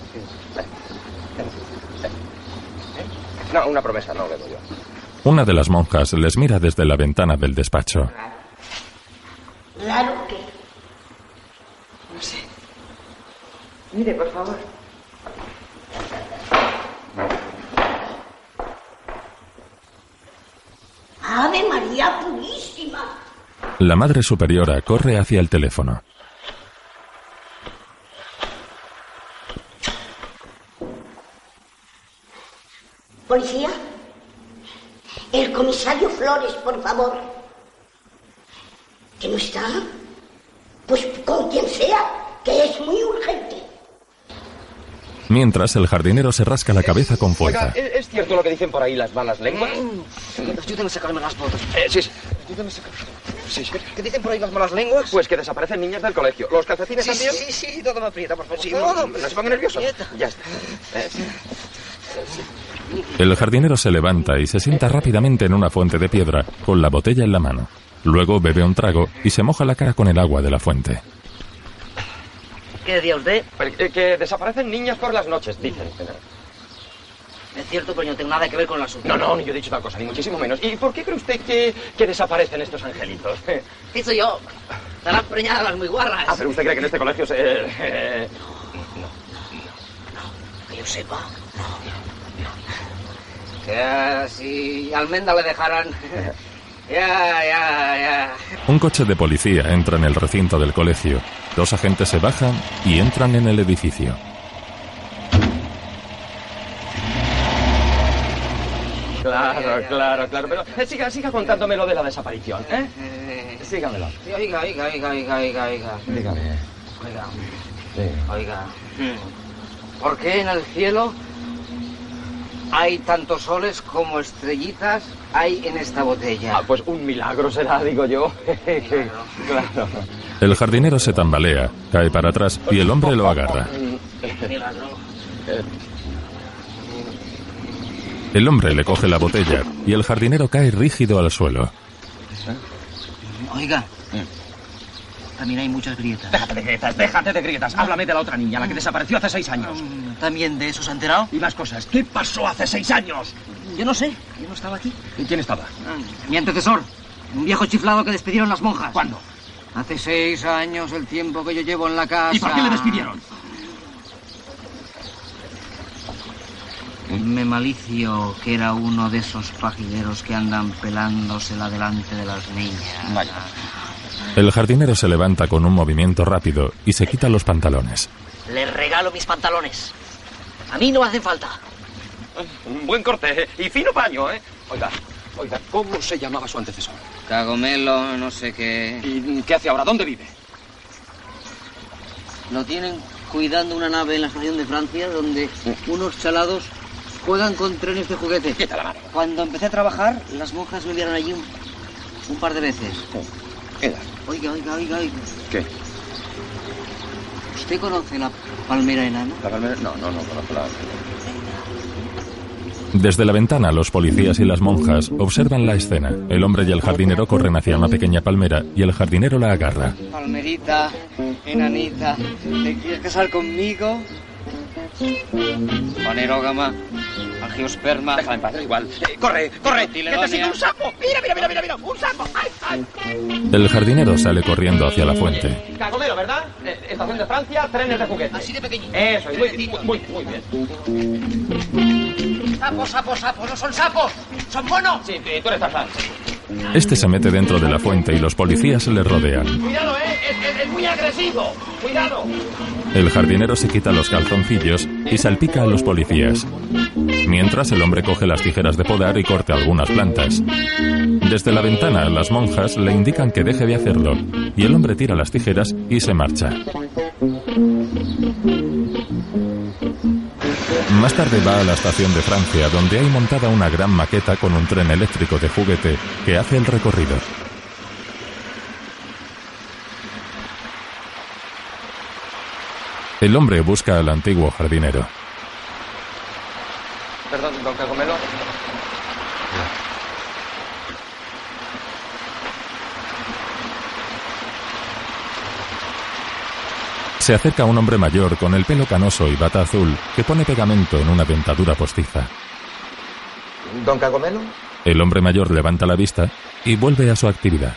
No, una promesa, no le doy yo. Una de las monjas les mira desde la ventana del despacho. Mire, por favor. ¡Ave María Purísima! La Madre Superiora corre hacia el teléfono. ¿Policía? El comisario Flores, por favor. ¿Que no está? Pues con quien sea, que es muy urgente. Mientras, el jardinero se rasca la cabeza con fuerza. Oiga, ¿es cierto lo que dicen por ahí las malas lenguas? Ayúdame a sacarme las botas. Sí. Ayúdame a sacarme. Sí. ¿Qué dicen por ahí las malas lenguas? Pues que desaparecen niñas del colegio. ¿Los calcetines también? Sí, todo me aprieta, por favor. Sí, no se pongan nerviosos. Ya está. El jardinero se levanta y se sienta rápidamente en una fuente de piedra, con la botella en la mano. Luego bebe un trago y se moja la cara con el agua de la fuente. ¿Qué decía usted? Que desaparecen niñas por las noches, dicen. Es cierto, pero yo no tengo nada que ver con el asunto. No, ni yo he dicho tal cosa, ni muchísimo menos. ¿Y por qué cree usted que desaparecen estos angelitos? ¿Qué soy yo? Estarán preñadas las muy guarras. Ah, pero usted cree que en este colegio se... No. Que yo sepa. Que si Almenda le dejaran... Ya. Un coche de policía entra en el recinto del colegio. 2 agentes se bajan y entran en el edificio. Claro. Pero siga contándome lo de la desaparición, ¿eh? Sígamelo. Oiga. Dígame. Oiga. ¿Por qué en el cielo hay tantos soles como estrellitas hay en esta botella? Ah, pues un milagro será, digo yo. Claro. El jardinero se tambalea, cae para atrás y el hombre lo agarra. El hombre le coge la botella y el jardinero cae rígido al suelo. Oiga, también hay muchas grietas. Déjate de grietas. Háblame de la otra niña, la que desapareció hace 6 años. ¿También de eso se ha enterado? Y más cosas. ¿Qué pasó hace 6 años? Yo no sé, yo no estaba aquí. ¿Y quién estaba? Mi antecesor, un viejo chiflado que despidieron las monjas. ¿Cuándo? Hace 6 años, el tiempo que yo llevo en la casa. ¿Y por qué le despidieron? Me malicio que era uno de esos pajilleros que andan pelándosela delante de las niñas. Vaya. El jardinero se levanta con un movimiento rápido y se quita los pantalones. Le regalo mis pantalones. A mí no me hacen falta. Un buen corte y fino paño, ¿eh? Oiga, ¿cómo se llamaba su antecesor? Cagomelo, no sé qué. ¿Y qué hace ahora? ¿Dónde vive? Lo tienen cuidando una nave en la estación de Francia donde unos chalados juegan con trenes de juguete. Quita la mano. Cuando empecé a trabajar, las monjas me vieron allí un par de veces. Oiga. ¿Qué? ¿Usted conoce la palmera enana? ¿La palmera? No conozco la... Desde la ventana, los policías y las monjas observan la escena. El hombre y el jardinero corren hacia una pequeña palmera y el jardinero la agarra. Palmerita, enanita, ¿te quieres casar conmigo? Panerógama, angiosperma... Déjala en paz, da igual. ¡Corre! ¡Que te sigue un sapo! ¡Mira! ¡Un sapo! ¡Ay! El jardinero sale corriendo hacia la fuente. Cagomelo, ¿verdad? Estación de Francia, trenes de juguete. Así de pequeñito. Eso, muy bien. Sapos, no son sapos, son monos. Sí, tú eres Tarzán. Este se mete dentro de la fuente y los policías le rodean. Cuidado, es muy agresivo. Cuidado. El jardinero se quita los calzoncillos y salpica a los policías. Mientras, el hombre coge las tijeras de podar y corta algunas plantas. Desde la ventana, las monjas le indican que deje de hacerlo y el hombre tira las tijeras y se marcha. Más tarde va a la estación de Francia, donde hay montada una gran maqueta con un tren eléctrico de juguete que hace el recorrido. El hombre busca al antiguo jardinero. Perdón, don Cagomelo. Se acerca un hombre mayor con el pelo canoso y bata azul que pone pegamento en una dentadura postiza. ¿Don Cagomelo? El hombre mayor levanta la vista y vuelve a su actividad.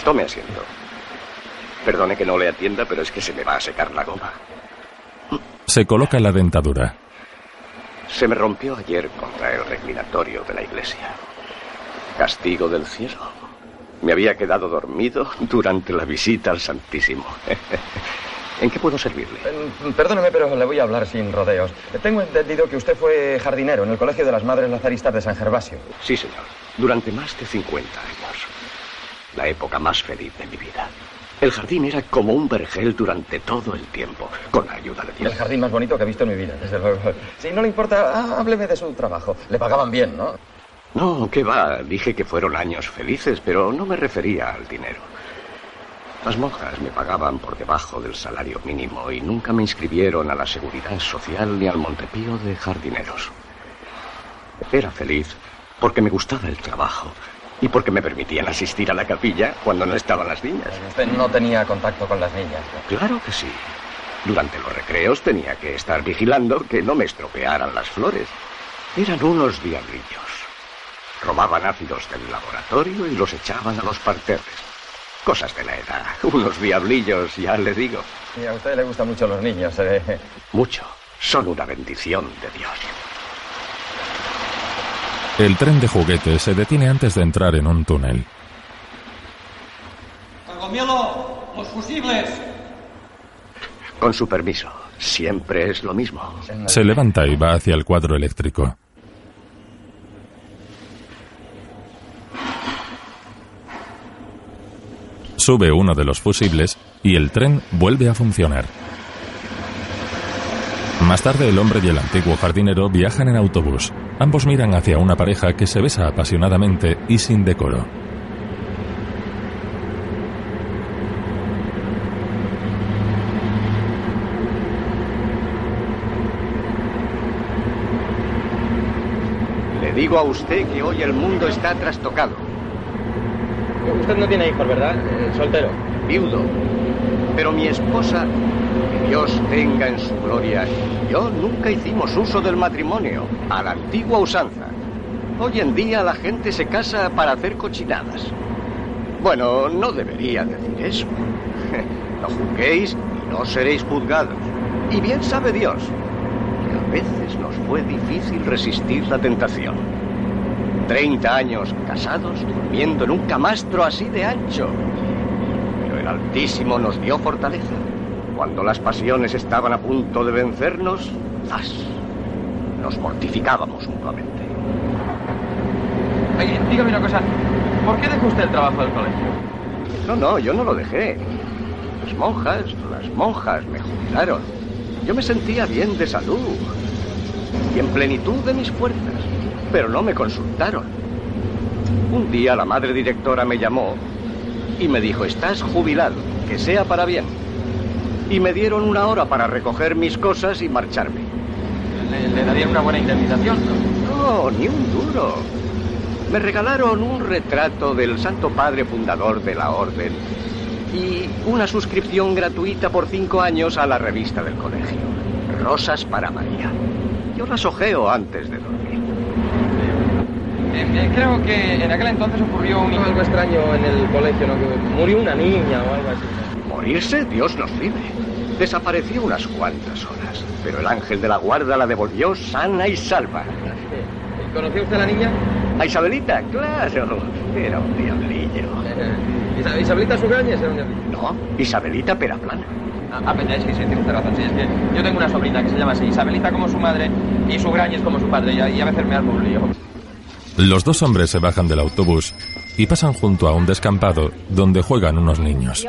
Tome asiento. Perdone que no le atienda, pero es que se me va a secar la goma. Se coloca la dentadura. Se me rompió ayer contra el reclinatorio de la iglesia. Castigo del cielo. Me había quedado dormido durante la visita al Santísimo. ¿En qué puedo servirle? Perdóneme, pero le voy a hablar sin rodeos. Tengo entendido que usted fue jardinero en el Colegio de las Madres Lazaristas de San Gervasio. Sí, señor. Durante más de 50 años. La época más feliz de mi vida. El jardín era como un vergel durante todo el tiempo, con la ayuda de Dios. El jardín más bonito que he visto en mi vida, desde luego. Si no le importa, hábleme de su trabajo. Le pagaban bien, ¿no? No, qué va. Dije que fueron años felices, pero no me refería al dinero. Las monjas me pagaban por debajo del salario mínimo y nunca me inscribieron a la Seguridad Social ni al Montepío de jardineros. Era feliz porque me gustaba el trabajo y porque me permitían asistir a la capilla cuando no estaban las niñas. Usted no tenía contacto con las niñas, ¿no? Claro que sí. Durante los recreos tenía que estar vigilando que no me estropearan las flores. Eran unos diablillos. Robaban ácidos del laboratorio y los echaban a los parterres. Cosas de la edad. Unos diablillos, ya le digo. Y a usted le gustan mucho los niños, Mucho. Son una bendición de Dios. El tren de juguete se detiene antes de entrar en un túnel. ¡Cargomielo! ¡Los fusibles! Con su permiso. Siempre es lo mismo. Se levanta y va hacia el cuadro eléctrico. Sube uno de los fusibles y el tren vuelve a funcionar. Más tarde el hombre y el antiguo jardinero viajan en autobús. Ambos miran hacia una pareja que se besa apasionadamente y sin decoro. Le digo a usted que hoy el mundo está trastocado. Usted no tiene hijos, ¿verdad? Soltero. Viudo. Pero mi esposa, que Dios tenga en su gloria, y yo nunca hicimos uso del matrimonio, a la antigua usanza. Hoy en día la gente se casa para hacer cochinadas. Bueno, no debería decir eso. No juzguéis y no seréis juzgados. Y bien sabe Dios que a veces nos fue difícil resistir la tentación. 30 años casados, durmiendo en un camastro así de ancho. Pero el Altísimo nos dio fortaleza. Cuando las pasiones estaban a punto de vencernos, ¡zas!, nos mortificábamos mutuamente. Oye, dígame una cosa. ¿Por qué dejó usted el trabajo del colegio? No, yo no lo dejé. Las monjas me jubilaron. Yo me sentía bien de salud y en plenitud de mis fuerzas. Pero no me consultaron. Un día la madre directora me llamó y me dijo: estás jubilado, que sea para bien. Y me dieron 1 hora para recoger mis cosas y marcharme. ¿Le darían una buena indemnización? No, ni un duro. Me regalaron un retrato del Santo Padre fundador de la Orden y una suscripción gratuita por 5 años a la revista del colegio, Rosas para María. Yo las hojeo antes de dormir. Creo que en aquel entonces ocurrió algo extraño en el colegio, ¿no? Que murió una niña o algo así. ¿Morirse? Dios nos libre. Desapareció unas cuantas horas, pero el ángel de la guarda la devolvió sana y salva. ¿Conoció usted a la niña? ¿A Isabelita? Claro, era un diablillo. ¿Isabelita Sugrañes era un diablillo? No, Isabelita Peraplana. Es que sí, tiene usted razón. Sí, es que yo tengo una sobrina que se llama así, Isabelita como su madre y Sugrañes como su padre, y a veces me armo un lío. Los dos hombres se bajan del autobús y pasan junto a un descampado donde juegan unos niños.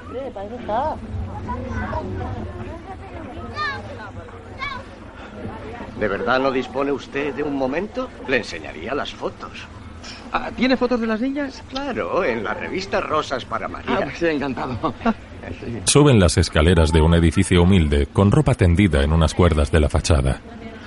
¿De verdad no dispone usted de un momento? Le enseñaría las fotos. ¿Tiene fotos de las niñas? Claro, en la revista Rosas para María. Sí, encantado. Suben las escaleras de un edificio humilde con ropa tendida en unas cuerdas de la fachada.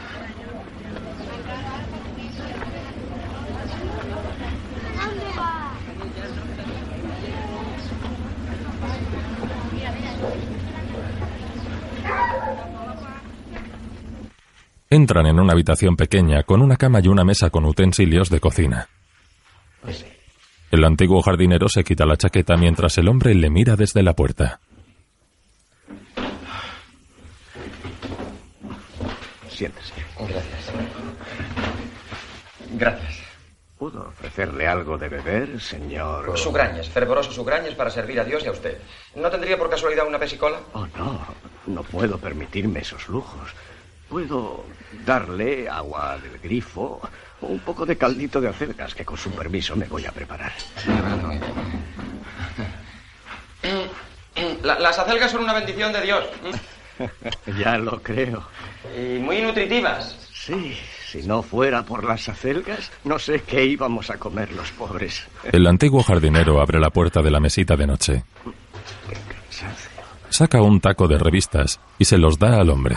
Entran en una habitación pequeña con una cama y una mesa con utensilios de cocina. El antiguo jardinero se quita la chaqueta mientras el hombre le mira desde la puerta. Siéntese. Gracias. Gracias. ¿Puedo ofrecerle algo de beber, señor? Sugrañes, fervoroso Sugrañes para servir a Dios y a usted. ¿No tendría por casualidad una pesicola? Oh, no puedo permitirme esos lujos. Puedo darle agua del grifo, un poco de caldito de acelgas que con su permiso me voy a preparar. Las acelgas son una bendición de Dios. Ya lo creo. Y muy nutritivas. Sí, si no fuera por las acelgas, no sé qué íbamos a comer los pobres. El antiguo jardinero abre la puerta de la mesita de noche. Qué cansancio. Saca un taco de revistas y se los da al hombre.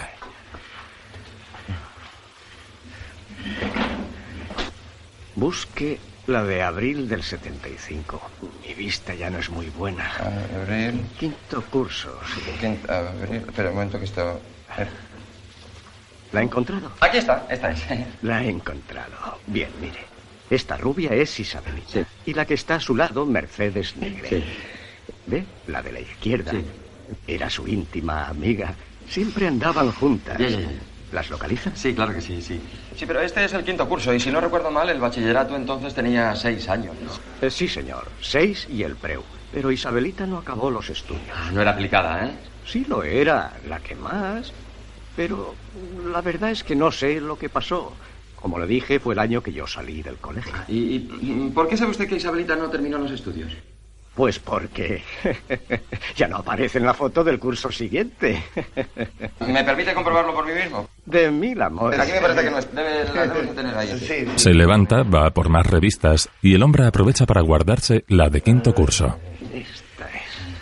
Busque la de abril del 75. Mi vista ya no es muy buena. Abril. Quinto curso, sí. Abril. Espera un momento que está... ¿La ha encontrado? Aquí está, esta es. La he encontrado. Bien, mire. Esta rubia es Isabelita. Sí. Y la que está a su lado, Mercedes Negre. Sí. ¿Ve? La de la izquierda. Sí. Era su íntima amiga. Siempre andaban juntas. Ya. ¿Las localiza? Sí, claro que sí. Sí, pero este es el quinto curso y si no recuerdo mal, el bachillerato entonces tenía 6 años, ¿no? Sí, señor. 6 y el preu. Pero Isabelita no acabó los estudios. No era aplicada, ¿eh? Sí lo era, la que más. Pero la verdad es que no sé lo que pasó. Como le dije, fue el año que yo salí del colegio. ¿Y por qué sabe usted que Isabelita no terminó los estudios? Pues porque ya no aparece en la foto del curso siguiente. ¿Me permite comprobarlo por mí mismo? De 1000 amores. Pero aquí me parece que no es. La debemos de tener ahí. Sí. Se levanta, va a por más revistas y el hombre aprovecha para guardarse la de quinto curso. Esta es.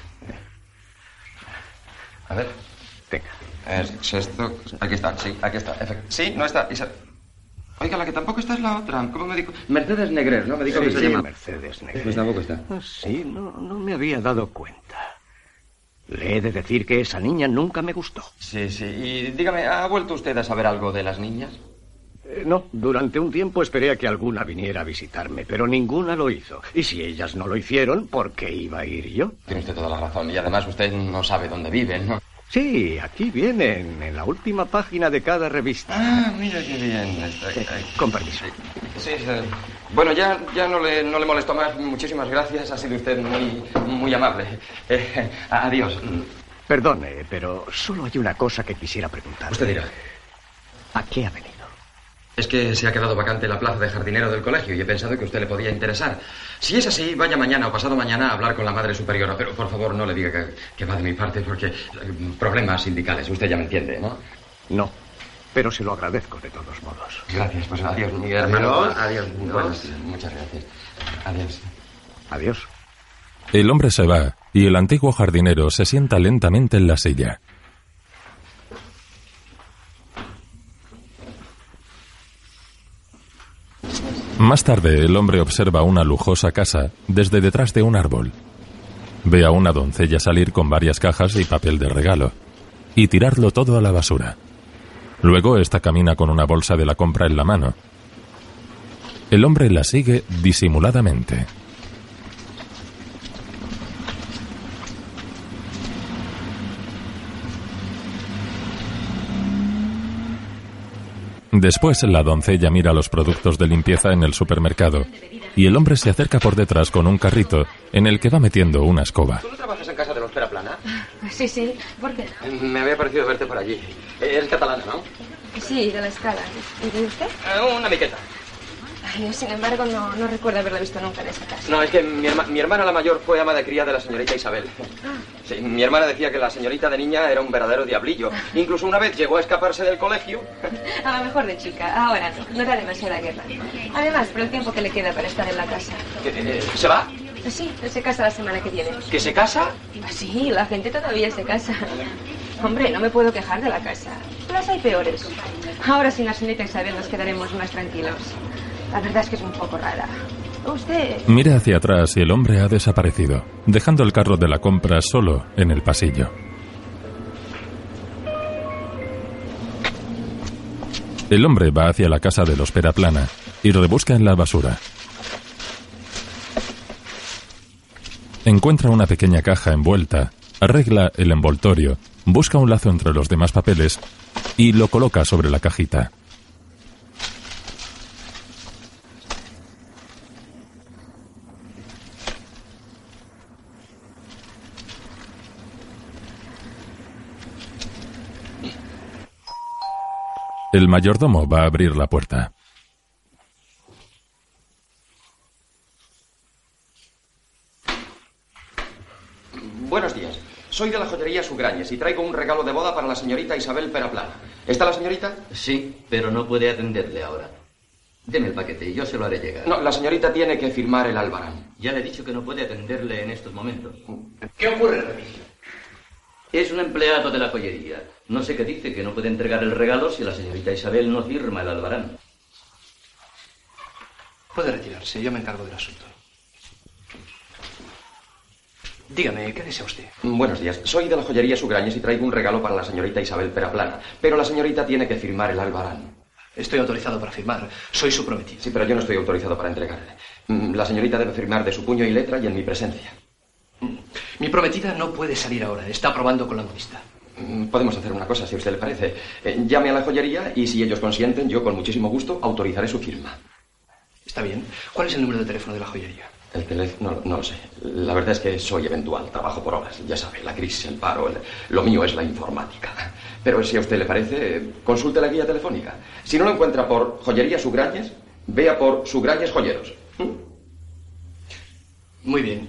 A ver. Venga. Sexto. Aquí está, sí, aquí está. Sí, no está. Oiga, la que tampoco está es la otra. ¿Cómo me dijo? Mercedes Negrer, ¿no? Me dijo que se llama. Mercedes Negrer. Pues tampoco está. Sí, no me había dado cuenta. Le he de decir que esa niña nunca me gustó. Sí. Y dígame, ¿ha vuelto usted a saber algo de las niñas? No, durante un tiempo esperé a que alguna viniera a visitarme, pero ninguna lo hizo. Y si ellas no lo hicieron, ¿por qué iba a ir yo? Tiene usted toda la razón. Y además usted no sabe dónde viven, ¿no? Sí, aquí vienen, en la última página de cada revista. Ah, mira qué bien. Con permiso. Sí. Bueno, ya no le molesto más. Muchísimas gracias. Ha sido usted muy amable. Adiós. Perdone, pero solo hay una cosa que quisiera preguntar. Usted dirá. ¿A qué ha venido? Es que se ha quedado vacante la plaza de jardinero del colegio y he pensado que a usted le podía interesar. Si es así, vaya mañana o pasado mañana a hablar con la madre superiora. Pero, por favor, no le diga que va de mi parte porque... Problemas sindicales, usted ya me entiende, ¿no? No, pero se lo agradezco de todos modos. Gracias, pues adiós, mi hermano. Adiós. Muchas gracias. Adiós. Adiós. El hombre se va y el antiguo jardinero se sienta lentamente en la silla. Más tarde, el hombre observa una lujosa casa desde detrás de un árbol. Ve a una doncella salir con varias cajas y papel de regalo y tirarlo todo a la basura. Luego, ésta camina con una bolsa de la compra en la mano. El hombre la sigue disimuladamente. Después, la doncella mira los productos de limpieza en el supermercado y el hombre se acerca por detrás con un carrito en el que va metiendo una escoba. ¿Tú no trabajas en casa de los Peraplana? Sí. ¿Por qué? Me había parecido verte por allí. Eres catalana, ¿no? Sí, de la Escala. ¿Y de usted? Una miqueta. Yo, sin embargo, no recuerdo haberla visto nunca en esa casa. No, es que mi hermana la mayor fue ama de cría de la señorita Isabel. Sí, mi hermana decía que la señorita de niña era un verdadero diablillo. Incluso una vez llegó a escaparse del colegio. A lo mejor de chica, ahora no era demasiada guerra. Además, por el tiempo que le queda para estar en la casa. ¿Se va? Sí, se casa la semana que viene. ¿Que se casa? Sí, la gente todavía se casa. Hombre, no me puedo quejar de la casa. Las hay peores. Ahora sin la señorita Isabel nos quedaremos más tranquilos. La verdad es que es un poco rara. Usted... Mira hacia atrás y el hombre ha desaparecido, dejando el carro de la compra solo en el pasillo. El hombre va hacia la casa de los Peraplana y rebusca en la basura. Encuentra una pequeña caja envuelta, arregla el envoltorio, busca un lazo entre los demás papeles y lo coloca sobre la cajita. El mayordomo va a abrir la puerta. Buenos días. Soy de la joyería Sugrañes y traigo un regalo de boda para la señorita Isabel Peraplana. ¿Está la señorita? Sí, pero no puede atenderle ahora. Deme el paquete y yo se lo haré llegar. No, la señorita tiene que firmar el albarán. Ya le he dicho que no puede atenderle en estos momentos. ¿Qué ocurre, Remigio? Es un empleado de la joyería. No sé qué dice, que no puede entregar el regalo si la señorita Isabel no firma el albarán. Puede retirarse, yo me encargo del asunto. Dígame, ¿qué desea usted? Buenos días. Soy de la joyería Sugrañes y traigo un regalo para la señorita Isabel Peraplana. Pero la señorita tiene que firmar el albarán. Estoy autorizado para firmar. Soy su prometido. Sí, pero yo no estoy autorizado para entregarle. La señorita debe firmar de su puño y letra y en mi presencia. Mi prometida no puede salir ahora. Está probando con la modista. Podemos hacer una cosa, si a usted le parece. Llame a la joyería y si ellos consienten, yo con muchísimo gusto autorizaré su firma. Está bien. ¿Cuál es el número de teléfono de la joyería? El teléfono, no lo sé. La verdad es que soy eventual, trabajo por horas. Ya sabe, la crisis, el paro, lo mío es la informática. Pero si a usted le parece, consulte la guía telefónica. Si no lo encuentra por joyería Sugrañes, vea por Sugrañes Joyeros. Muy bien.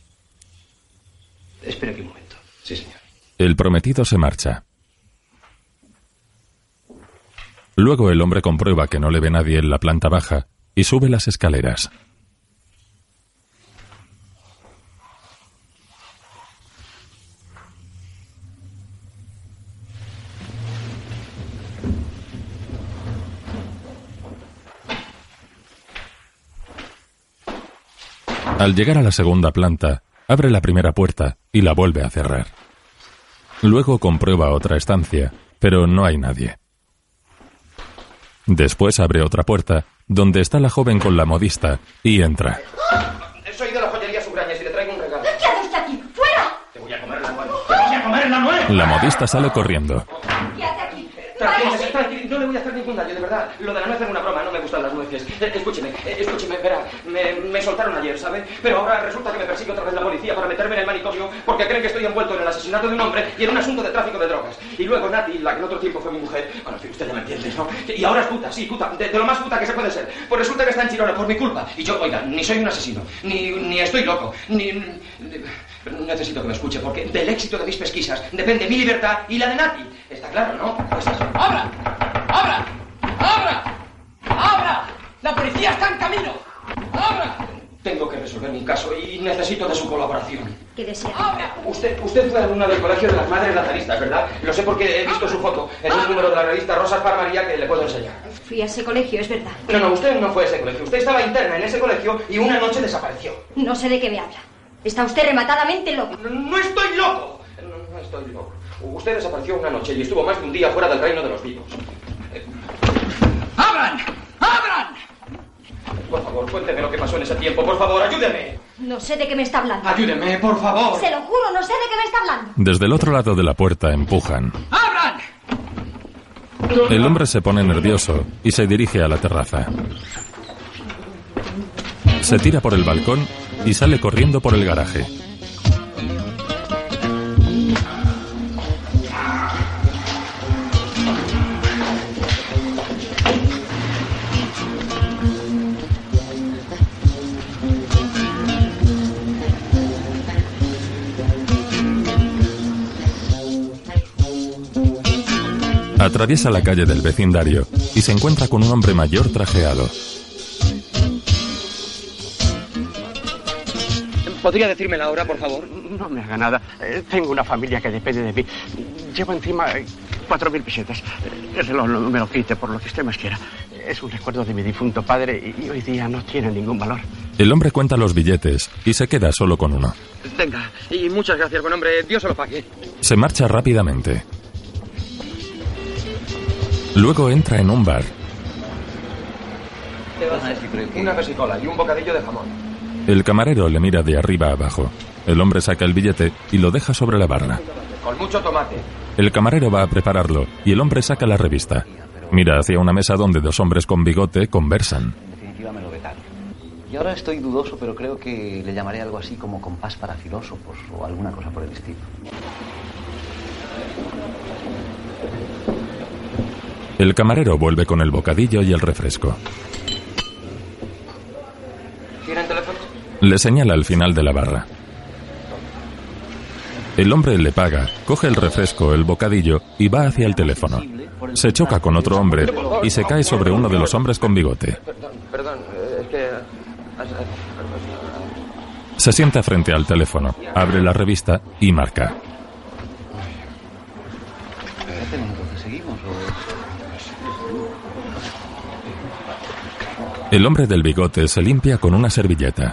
Espera aquí un momento. Sí, señor. El prometido se marcha. Luego el hombre comprueba que no le ve nadie en la planta baja y sube las escaleras. Al llegar a la segunda planta, abre la primera puerta y la vuelve a cerrar. Luego comprueba otra estancia, pero no hay nadie. Después abre otra puerta, donde está la joven con la modista, y entra. Soy de la joyería Sugrañes y le traigo un regalo. ¿Qué hace usted aquí? ¡Fuera! Te voy a comer la nuez. ¡Te voy a comer la nuez! La modista sale corriendo. ¿Qué hace aquí? Tranquilo, no le voy a hacer ningún daño, de verdad. Lo de la nuez es una broma, no me gustan las nueces. Escúcheme, verá, me soltaron ayer, ¿sabe? Pero ahora resulta que me persigue otra vez la policía para meterme en el manicomio porque creen que estoy envuelto en el asesinato de un hombre y en un asunto de tráfico de drogas. Y luego Nati, la que en otro tiempo fue mi mujer, bueno, en fin, usted ya me entiende, ¿no? Y ahora es puta, sí, puta, de lo más puta que se puede ser. Pues resulta que está en Chirona por mi culpa. Y yo, oiga, ni soy un asesino, ni estoy loco, necesito que me escuche porque del éxito de mis pesquisas depende mi libertad y la de Nati. Está claro, ¿no? Pues eso. ¡Abra! ¡Abra! ¡Abra! ¡Abra! ¡La policía está en camino! ¡Abra! Tengo que resolver un caso y necesito de su colaboración. ¿Qué desea? Usted fue alumna del Colegio de las Madres Lazaristas, ¿verdad? Lo sé porque he visto su foto en un número de la revista Rosas para María que le puedo enseñar. Fui a ese colegio, es verdad. No, usted no fue a ese colegio. Usted estaba interna en ese colegio y una noche desapareció. No sé de qué me habla. Está usted rematadamente loco. ¡No estoy loco! No estoy loco. Usted desapareció una noche y estuvo más de un día fuera del reino de los vivos. ¡Abran! ¡Abran! Por favor, cuénteme lo que pasó en ese tiempo. Por favor, ayúdeme. No sé de qué me está hablando. Ayúdeme, por favor. Se lo juro, no sé de qué me está hablando. Desde el otro lado de la puerta empujan. ¡Abran! El hombre se pone nervioso y se dirige a la terraza. Se tira por el balcón y sale corriendo por el garaje. Atraviesa la calle del vecindario y se encuentra con un hombre mayor trajeado. ¿Podría decirme la hora, por favor? No me haga nada. Tengo una familia que depende de mí. Llevo encima 4.000 pesetas. El reloj no me lo quite por lo que usted más quiera. Es un recuerdo de mi difunto padre y hoy día no tiene ningún valor. El hombre cuenta los billetes y se queda solo con uno. Venga, y muchas gracias, buen hombre. Dios se lo pague. Se marcha rápidamente. Luego entra en un bar. Una pesicola y un bocadillo de jamón. El camarero le mira de arriba abajo. El hombre saca el billete y lo deja sobre la barra. Con mucho tomate. El camarero va a prepararlo y el hombre saca la revista. Mira hacia una mesa donde dos hombres con bigote conversan. En definitiva me lo vetaron. Y ahora estoy dudoso, pero creo que le llamaré algo así como compás para filósofos o alguna cosa por el estilo. El camarero vuelve con el bocadillo y el refresco. ¿Tienen teléfono? Le señala al final de la barra. El hombre le paga, coge el refresco, el bocadillo y va hacia el teléfono. Se choca con otro hombre y se cae sobre uno de los hombres con bigote. Perdón, es que... Se sienta frente al teléfono, abre la revista y marca. El hombre del bigote se limpia con una servilleta.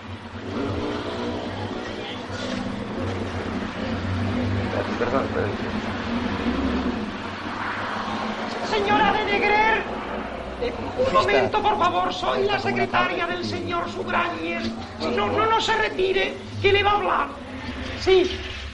Señora Benegrer, un momento, por favor. Soy la secretaria del señor Sugrañes. No se retire, que le va a hablar. Sí.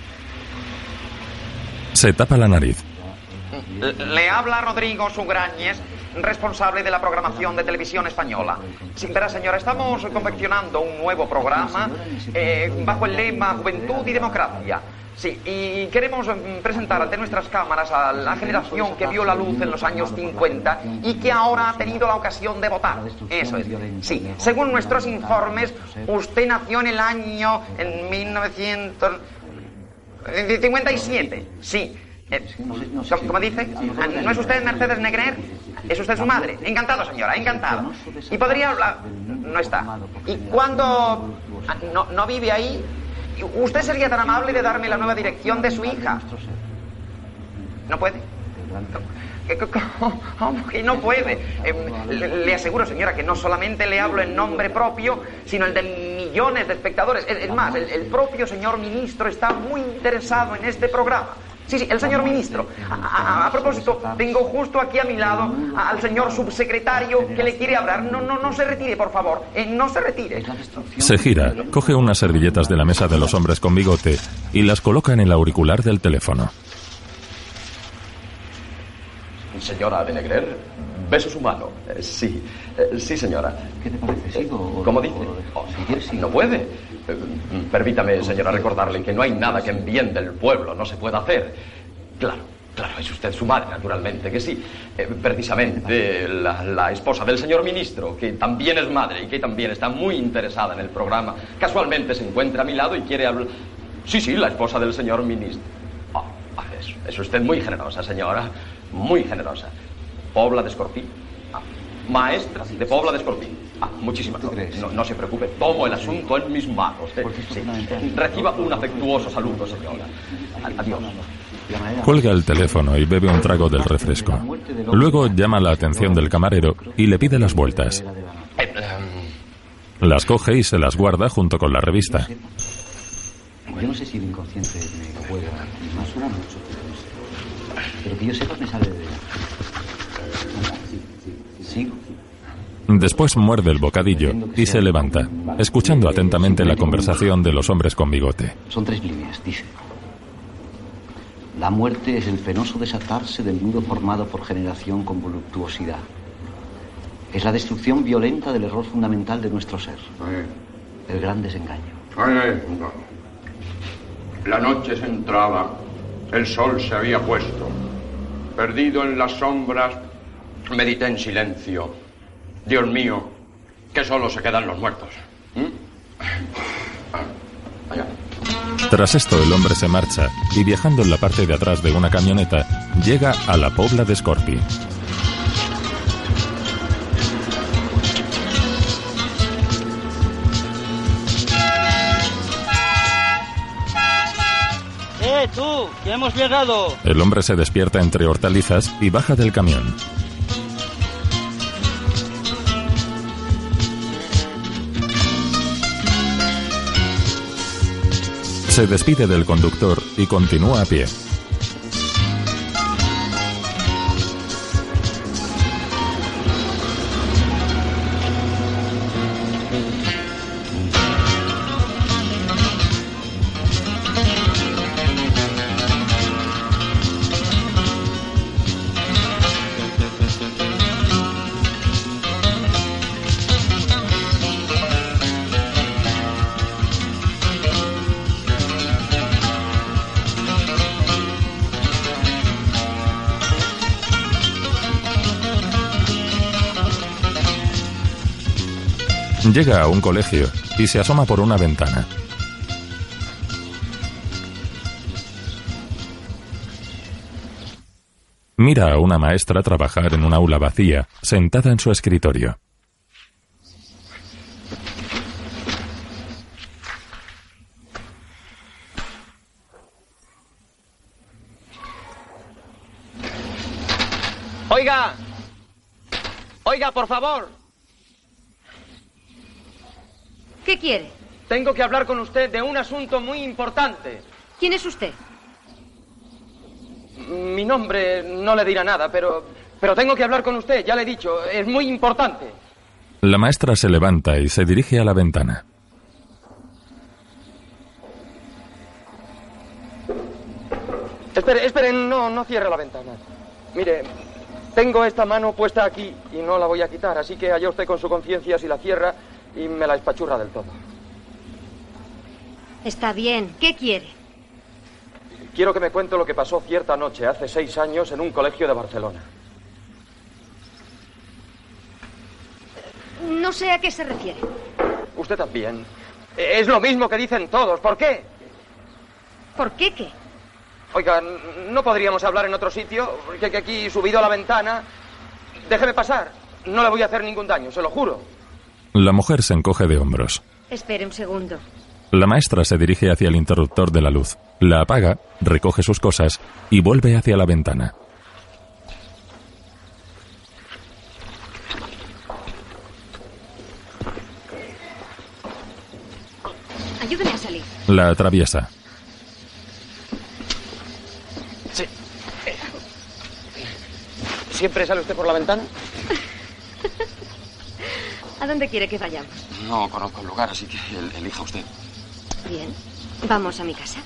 Se tapa la nariz. Le habla Rodrigo Sugrañes, responsable de la programación de televisión española. Sí, verá, señora, estamos confeccionando un nuevo programa bajo el lema Juventud y Democracia. Sí, y queremos presentar ante nuestras cámaras a la generación que vio la luz en los años 50 y que ahora ha tenido la ocasión de votar. Eso es. Sí, según nuestros informes, usted nació en el año 1957. Sí. ¿Cómo dice? ¿No es usted Mercedes Negrer? ¿Es usted su madre? Encantado, señora, encantado. ¿Y podría hablar? No está. ¿Y cuándo no vive ahí? ¿Usted sería tan amable de darme la nueva dirección de su hija? ¿No puede? ¿Cómo que no puede? Le aseguro, señora, que no solamente le hablo en nombre propio, sino el de millones de espectadores. Es más, el propio señor ministro está muy interesado en este programa. Sí, el señor ministro. A propósito, tengo justo aquí a mi lado al señor subsecretario que le quiere hablar. No se retire, por favor. No se retire. Se gira, coge unas servilletas de la mesa de los hombres con bigote y las coloca en el auricular del teléfono. Señora Benegrer, beso su mano. Sí, señora. ¿Qué te parece? ¿Sigo? ¿Cómo dice? No puede. Permítame, señora, recordarle que no hay nada que en bien del pueblo no se pueda hacer. Claro, es usted su madre, naturalmente que sí. Precisamente la esposa del señor ministro, que también es madre y que también está muy interesada en el programa, casualmente se encuentra a mi lado y quiere hablar... Sí, la esposa del señor ministro. Es usted muy generosa, señora, muy generosa. Pobla de Escorpí. Maestra de Pobla de Escorpí. Muchísimas gracias. No se preocupe, tomo el asunto en mis manos. Sí. Reciba un afectuoso saludo, señora. Adiós. Cuelga el teléfono y bebe un trago del refresco. Luego llama la atención del camarero y le pide las vueltas. Las coge y se las guarda junto con la revista. Yo no sé si el inconsciente me juega y me suena mucho, pero que yo sepa me sale de... ¿Sigo? Después muerde el bocadillo y se levanta, escuchando atentamente la conversación de los hombres con bigote. Son 3 líneas, dice. La muerte es el penoso desatarse del nudo formado por generación con voluptuosidad. Es la destrucción violenta del error fundamental de nuestro ser. El gran desengaño. La noche se entraba, el sol se había puesto. Perdido en las sombras, medité en silencio. Dios mío, que solo se quedan los muertos. Tras esto, el hombre se marcha y, viajando en la parte de atrás de una camioneta, llega a la Pobla de Escorpí. ¡Tú! ¡Ya hemos llegado! El hombre se despierta entre hortalizas y baja del camión. Se despide del conductor y continúa a pie. Llega a un colegio y se asoma por una ventana. Mira a una maestra trabajar en un aula vacía, sentada en su escritorio. Oiga. Oiga, por favor. ¿Qué quiere? Tengo que hablar con usted de un asunto muy importante. ¿Quién es usted? Mi nombre no le dirá nada, pero tengo que hablar con usted, ya le he dicho, es muy importante. La maestra se levanta y se dirige a la ventana. Espere, no cierre la ventana. Mire, tengo esta mano puesta aquí y no la voy a quitar, así que allá usted con su conciencia si la cierra y me la espachurra del todo. Está bien, ¿qué quiere? Quiero que me cuente lo que pasó cierta noche, hace 6 años, en un colegio de Barcelona. No sé a qué se refiere. Usted también. Es lo mismo que dicen todos. ¿Por qué? ¿Por qué qué? Oiga, ¿no podríamos hablar en otro sitio? Que aquí, subido a la ventana... Déjeme pasar. No le voy a hacer ningún daño, se lo juro. La mujer se encoge de hombros. Espere un segundo. La maestra se dirige hacia el interruptor de la luz, la apaga, recoge sus cosas y vuelve hacia la ventana. Ayúdeme a salir. La atraviesa. Sí. ¿Siempre sale usted por la ventana? ¿A dónde quiere que vayamos? No conozco el lugar, así que elija usted. Bien. Vamos a mi casa.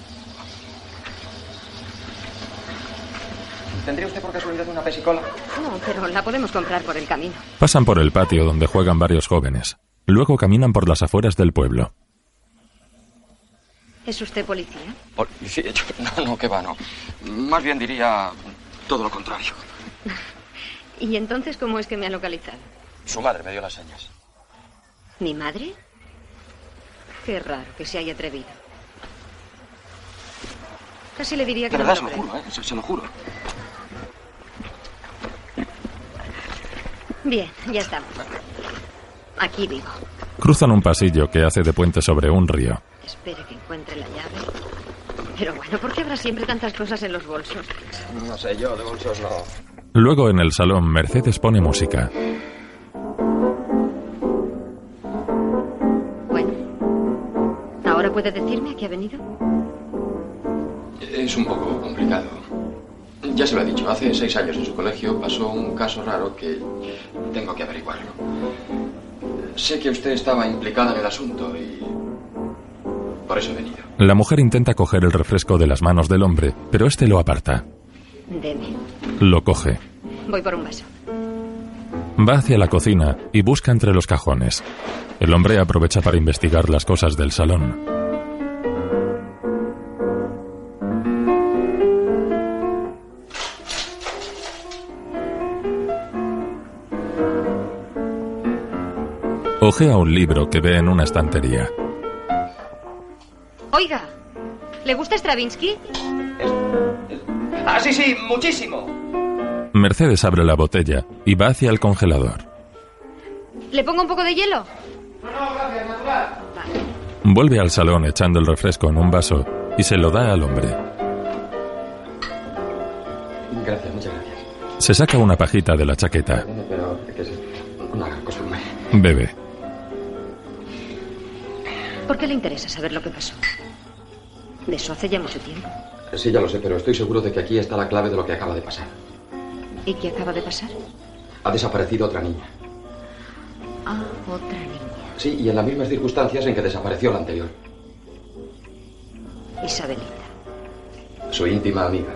¿Tendría usted por casualidad una pesicola? No, pero la podemos comprar por el camino. Pasan por el patio donde juegan varios jóvenes. Luego caminan por las afueras del pueblo. ¿Es usted policía? Policía, no, que va, no. Más bien diría todo lo contrario. ¿Y entonces cómo es que me ha localizado? Su madre me dio las señas. ¿Mi madre? Qué raro que se haya atrevido. Casi le diría que de no verdad, me lo se lo juro, se lo juro. Bien, ya estamos. Aquí vivo. Cruzan un pasillo que hace de puente sobre un río. Espere que encuentre la llave. Pero bueno, ¿por qué habrá siempre tantas cosas en los bolsos? No sé, yo de bolsos no. Luego en el salón, Mercedes pone música. ¿Ahora puede decirme a qué ha venido? Es un poco complicado. Ya se lo he dicho, hace 6 años en su colegio pasó un caso raro que tengo que averiguarlo. Sé que usted estaba implicada en el asunto y por eso he venido. La mujer intenta coger el refresco de las manos del hombre, pero este lo aparta. Deme. Lo coge. Voy por un vaso. Va hacia la cocina y busca entre los cajones. El hombre aprovecha para investigar las cosas del salón. Ojea un libro que ve en una estantería. Oiga, ¿le gusta Stravinsky? Ah, sí, muchísimo. Mercedes abre la botella y va hacia el congelador. ¿Le pongo un poco de hielo? No, gracias, natural. Vuelve al salón echando el refresco en un vaso y se lo da al hombre. Gracias, muchas gracias. Se saca una pajita de la chaqueta. Pero es una costumbre. Bebe. ¿Por qué le interesa saber lo que pasó? De eso hace ya mucho tiempo. Sí, ya lo sé, pero estoy seguro de que aquí está la clave de lo que acaba de pasar. ¿Y qué acaba de pasar? Ha desaparecido otra niña. Ah, otra niña. Sí, y en las mismas circunstancias en que desapareció la anterior. Isabelita. Su íntima amiga.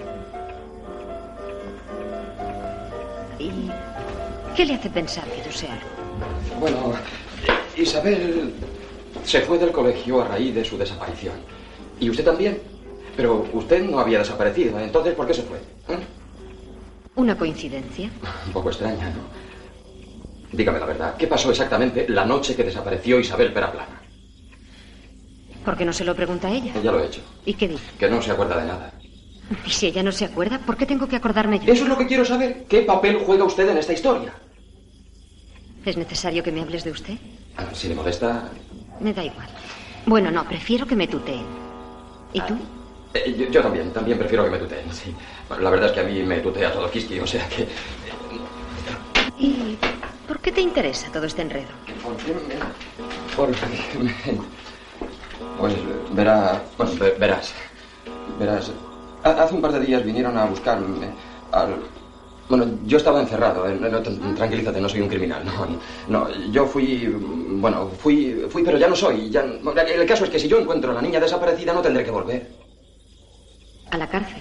¿Y qué le hace pensar que yo sé algo? Bueno, Isabel se fue del colegio a raíz de su desaparición. ¿Y usted también? Pero usted no había desaparecido, entonces ¿por qué se fue? ¿Una coincidencia? Un poco extraña, ¿no? Dígame la verdad. ¿Qué pasó exactamente la noche que desapareció Isabel Peraplana? ¿Por qué no se lo pregunta a ella? Ya lo he hecho. ¿Y qué dice? Que no se acuerda de nada. ¿Y si ella no se acuerda, por qué tengo que acordarme yo? Eso es lo que quiero saber. ¿Qué papel juega usted en esta historia? ¿Es necesario que me hables de usted? Si le molesta... Me da igual. Bueno, no, prefiero que me tuteen. ¿Y tú? Yo también prefiero que me tuteen, sí. Bueno, la verdad es que a mí me tutea todo Kiski, o sea que... ¿Y por qué te interesa todo este enredo? Porque... Pues verás... Hace un par de días vinieron a buscarme al... Bueno, yo estaba encerrado. Tranquilízate, no soy un criminal. No, yo fui... Bueno, fui, pero ya no soy. El caso es que si yo encuentro a la niña desaparecida no tendré que volver. ¿A la cárcel?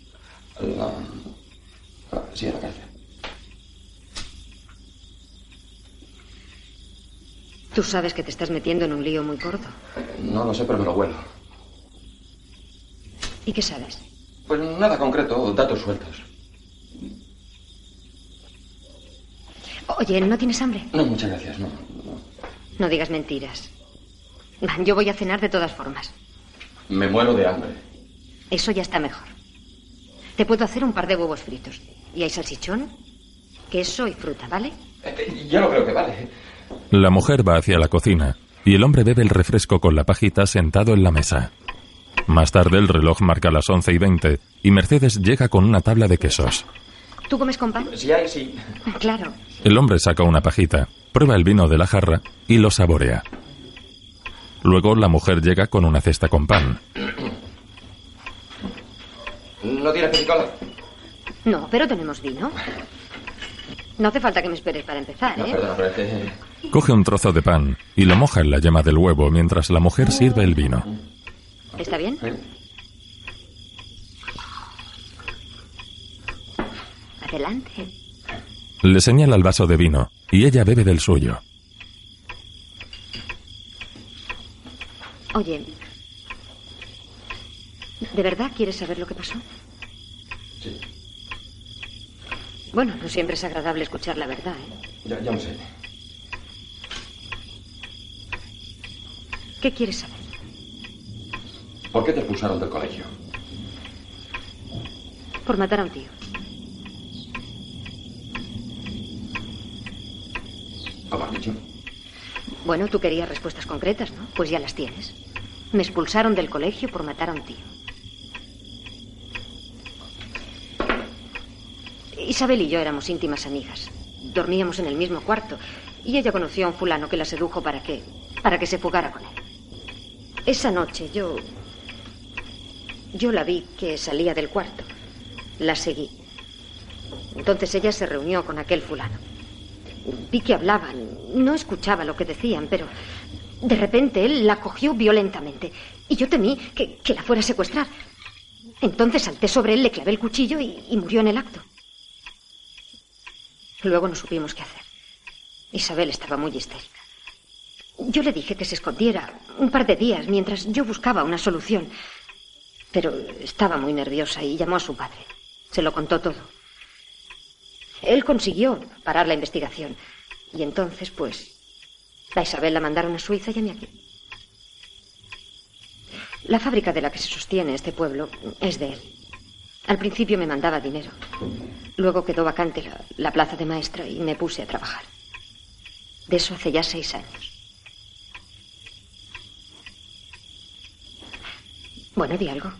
Sí, a la cárcel. Tú sabes que te estás metiendo en un lío muy gordo. No lo sé, pero me lo huelo. ¿Y qué sabes? Pues nada concreto, datos sueltos. Oye, ¿no tienes hambre? No, muchas gracias, no. No digas mentiras. Yo voy a cenar de todas formas. Me muero de hambre. Eso ya está mejor. Te puedo hacer un par de huevos fritos. Y hay salchichón, queso y fruta, ¿vale? Ya lo creo que vale. La mujer va hacia la cocina y el hombre bebe el refresco con la pajita sentado en la mesa. Más tarde el reloj marca las 11:20 y Mercedes llega con una tabla de quesos. ¿Tú comes con pan? Sí, hay, sí. Claro. El hombre saca una pajita, prueba el vino de la jarra y lo saborea. Luego la mujer llega con una cesta con pan. ¿No tienes pesicola? No, pero tenemos vino. No hace falta que me esperes para empezar, ¿eh? No, perdona, pero es que... Coge un trozo de pan y lo moja en la yema del huevo mientras la mujer sirve el vino. ¿Está bien? Sí. Adelante. Le señala el vaso de vino y ella bebe del suyo. Oye, ¿de verdad quieres saber lo que pasó? Sí. Bueno, no siempre es agradable escuchar la verdad, ¿eh? Ya lo sé. ¿Qué quieres saber? ¿Por qué te expulsaron del colegio? Por matar a un tío. ¿Cómo has dicho? Bueno, tú querías respuestas concretas, ¿no? Pues ya las tienes. Me expulsaron del colegio por matar a un tío. Isabel y yo éramos íntimas amigas. Dormíamos en el mismo cuarto. Y ella conoció a un fulano que la sedujo para que se fugara con él. Esa noche yo la vi que salía del cuarto. La seguí. Entonces ella se reunió con aquel fulano. Vi que hablaban. No escuchaba lo que decían, pero de repente él la cogió violentamente. Y yo temí que la fuera a secuestrar. Entonces salté sobre él, le clavé el cuchillo y murió en el acto. Luego no supimos qué hacer. Isabel estaba muy histérica. Yo le dije que se escondiera un par de días mientras yo buscaba una solución. Pero estaba muy nerviosa y llamó a su padre. Se lo contó todo. Él consiguió parar la investigación. Y entonces, pues, a Isabel la mandaron a Suiza y a mí aquí. La fábrica de la que se sostiene este pueblo es de él. Al principio me mandaba dinero. Luego quedó vacante la plaza de maestra y me puse a trabajar. De eso hace ya 6 años. Bueno, di algo.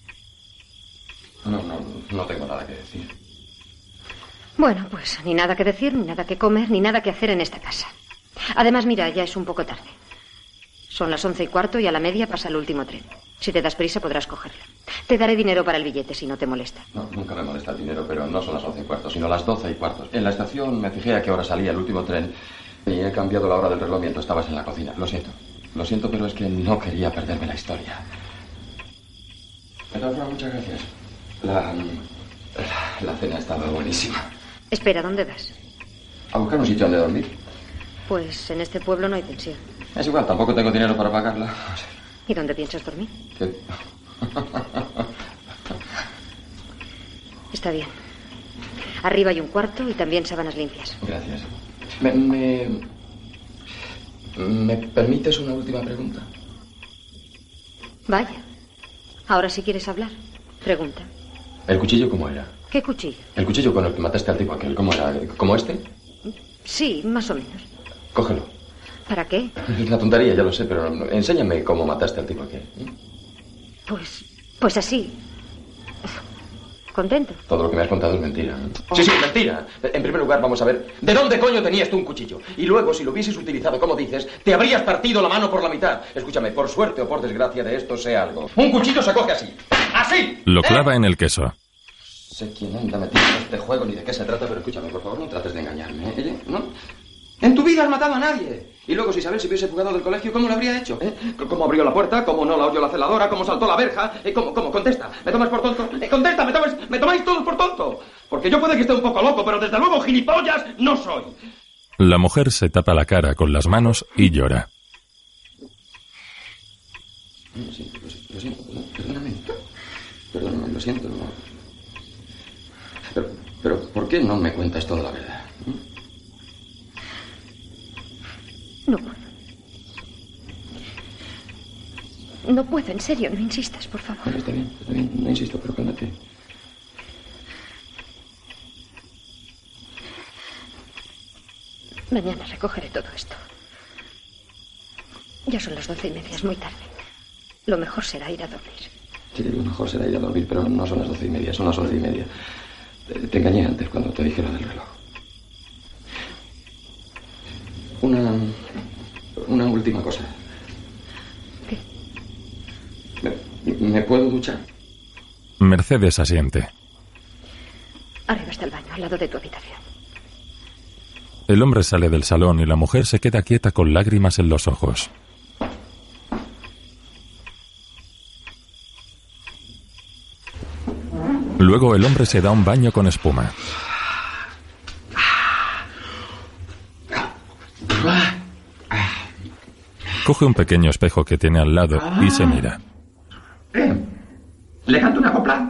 No tengo nada que decir. Bueno, pues ni nada que decir, ni nada que comer, ni nada que hacer en esta casa. Además, mira, ya es un poco tarde. Son las 11:15 y a la media pasa el último tren. Si te das prisa podrás cogerlo. Te daré dinero para el billete si no te molesta. No, nunca me molesta el dinero, pero no son las 11:15, sino las 12:15. En la estación me fijé a qué hora salía el último tren y he cambiado la hora del reloj mientras estabas en la cocina. Lo siento, pero es que no quería perderme la historia. De todas formas, muchas gracias. La cena estaba buenísima. Espera, ¿dónde vas? A buscar un sitio donde dormir. Pues en este pueblo no hay pensión. Es igual, tampoco tengo dinero para pagarla. ¿Y dónde piensas dormir? ¿Qué? Está bien. Arriba hay un cuarto y también sábanas limpias. Gracias. ¿Me permites una última pregunta? Vaya. Ahora si quieres hablar, pregunta. ¿El cuchillo cómo era? ¿Qué cuchillo? El cuchillo con el que mataste al tipo aquel, ¿cómo era? ¿Como este? Sí, más o menos. Cógelo. ¿Para qué? Es una tontería, ya lo sé, pero enséñame cómo mataste al tipo aquel. Pues así. ¿Contento? Todo lo que me has contado es mentira. Sí, mentira. En primer lugar, vamos a ver, ¿de dónde coño tenías tú un cuchillo? Y luego, si lo hubieses utilizado como dices, te habrías partido la mano por la mitad. Escúchame, por suerte o por desgracia de esto sé algo. Un cuchillo se coge así. ¡Así! Lo clava en el queso. Sé quién anda metido en este juego ni de qué se trata, pero escúchame, por favor, no trates de engañarme, ¿eh? ¿No? En tu vida has matado a nadie. Y luego, si Isabel se hubiese fugado del colegio, ¿cómo lo habría hecho? ¿Cómo abrió la puerta? ¿Cómo no la oyó la celadora? ¿Cómo saltó la verja? ¿Cómo? Contesta. ¿Me tomas por tonto? Contesta, me tomáis todos por tonto. Porque yo puede que esté un poco loco, pero desde luego gilipollas no soy. La mujer se tapa la cara con las manos y llora. Lo siento, perdóname, lo siento. Pero, ¿por qué no me cuentas toda la verdad? No puedo. No puedo, en serio, no insistas, por favor. Bueno, está bien, no insisto, pero cálmate. Mañana recogeré todo esto. Ya son las 12:30, es muy tarde. Lo mejor será ir a dormir. Sí, lo mejor será ir a dormir, pero no son las 12:30, son las 11:30. Te engañé antes cuando te dije lo del reloj. Una última cosa. ¿Qué? ¿Me puedo duchar? Mercedes asiente. Arriba está el baño, al lado de tu habitación. El hombre sale del salón y la mujer se queda quieta con lágrimas en los ojos. Luego el hombre se da un baño con espuma. Coge un pequeño espejo que tiene al lado y se mira. ¿Le canto una copla?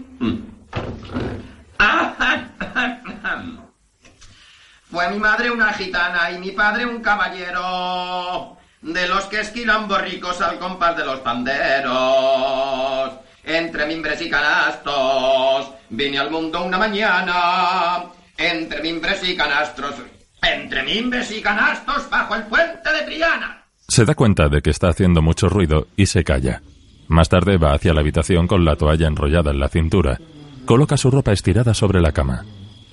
Fue mi madre una gitana y mi padre un caballero, de los que esquilan borricos al compás de los panderos. Entre mimbres y canastos vine al mundo una mañana. Entre mimbres y canastos bajo el puente de Triana. Se da cuenta de que está haciendo mucho ruido y se calla. Más tarde va hacia la habitación con la toalla enrollada en la cintura. Coloca su ropa estirada sobre la cama.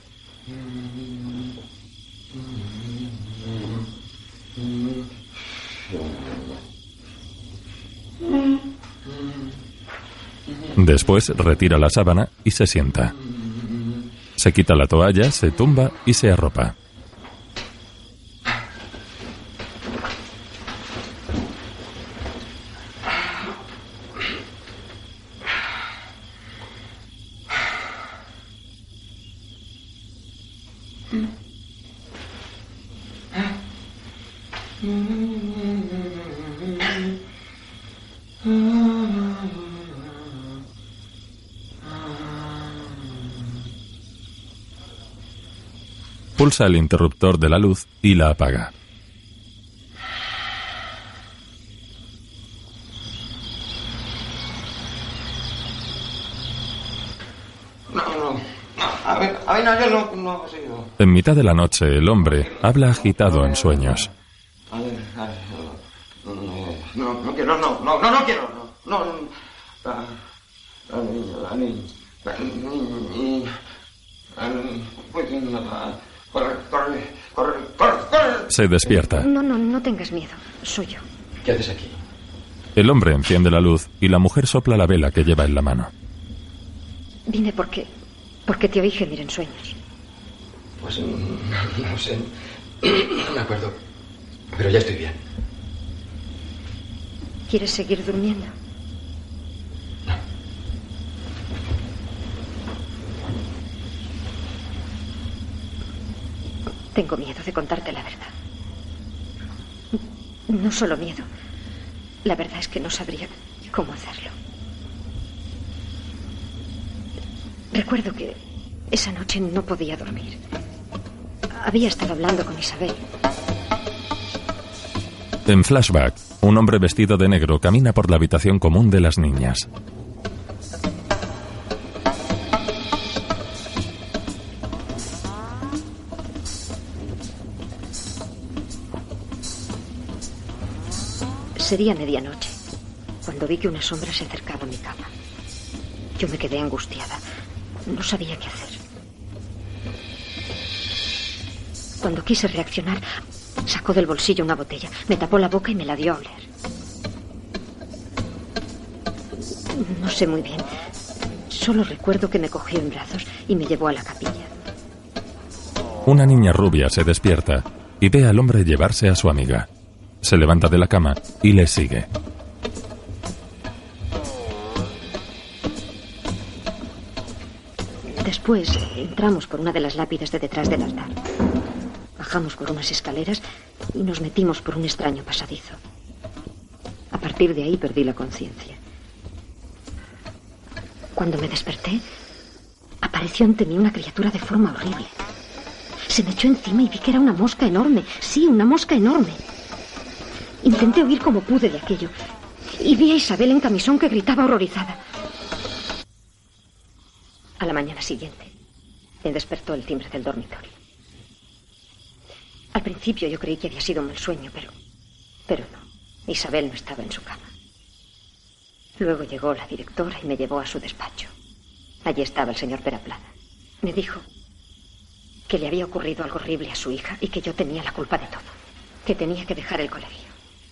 Después retira la sábana y se sienta. Se quita la toalla, se tumba y se arropa. Pulsa el interruptor de la luz y la apaga. Yo no consigo. En mitad de la noche, el hombre habla agitado en sueños. No quiero. Corre. Se despierta. No tengas miedo. Soy yo. ¿Qué haces aquí? El hombre enciende la luz y la mujer sopla la vela que lleva en la mano. Vine porque te oí gemir en sueños. Pues no sé. No me acuerdo. Pero ya estoy bien. ¿Quieres seguir durmiendo? No. Tengo miedo de contarte la verdad. No solo miedo. La verdad es que no sabría cómo hacerlo. Recuerdo que esa noche no podía dormir. Había estado hablando con Isabel. En flashback, un hombre vestido de negro camina por la habitación común de las niñas. Sería medianoche, cuando vi que una sombra se acercaba a mi cama. Yo me quedé angustiada. No sabía qué hacer. Cuando quise reaccionar, sacó del bolsillo una botella, me tapó la boca y me la dio a oler. No sé muy bien. Solo recuerdo que me cogió en brazos y me llevó a la capilla. Una niña rubia se despierta y ve al hombre llevarse a su amiga. Se levanta de la cama y le sigue. Después entramos por una de las lápidas de detrás del altar. Bajamos por unas escaleras y nos metimos por un extraño pasadizo. A partir de ahí perdí la conciencia. Cuando me desperté, apareció ante mí una criatura de forma horrible. Se me echó encima y vi que era una mosca enorme. Sí, una mosca enorme. Intenté huir como pude de aquello y vi a Isabel en camisón que gritaba horrorizada. A la mañana siguiente, me despertó el timbre del dormitorio. Al principio yo creí que había sido un mal sueño, pero no. Isabel no estaba en su cama. Luego llegó la directora y me llevó a su despacho. Allí estaba el señor Peraplana. Me dijo que le había ocurrido algo horrible a su hija y que yo tenía la culpa de todo, que tenía que dejar el colegio.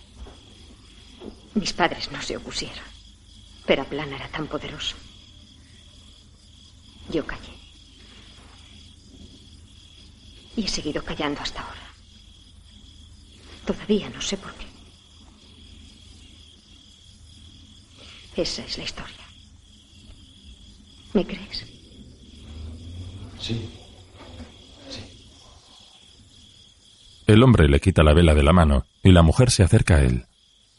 Mis padres no se opusieron. Peraplana era tan poderoso. Yo callé. Y he seguido callando hasta ahora. Todavía no sé por qué. Esa es la historia. ¿Me crees? Sí. El hombre le quita la vela de la mano y la mujer se acerca a él.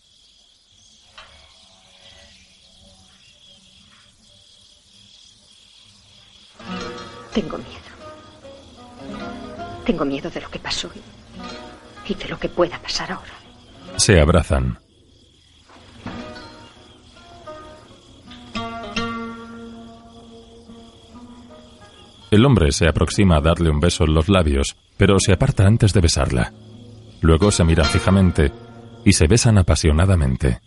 Tengo miedo. Tengo miedo de lo que pasó y de lo que pueda pasar ahora. Se abrazan. El hombre se aproxima a darle un beso en los labios, pero se aparta antes de besarla. Luego se miran fijamente y se besan apasionadamente.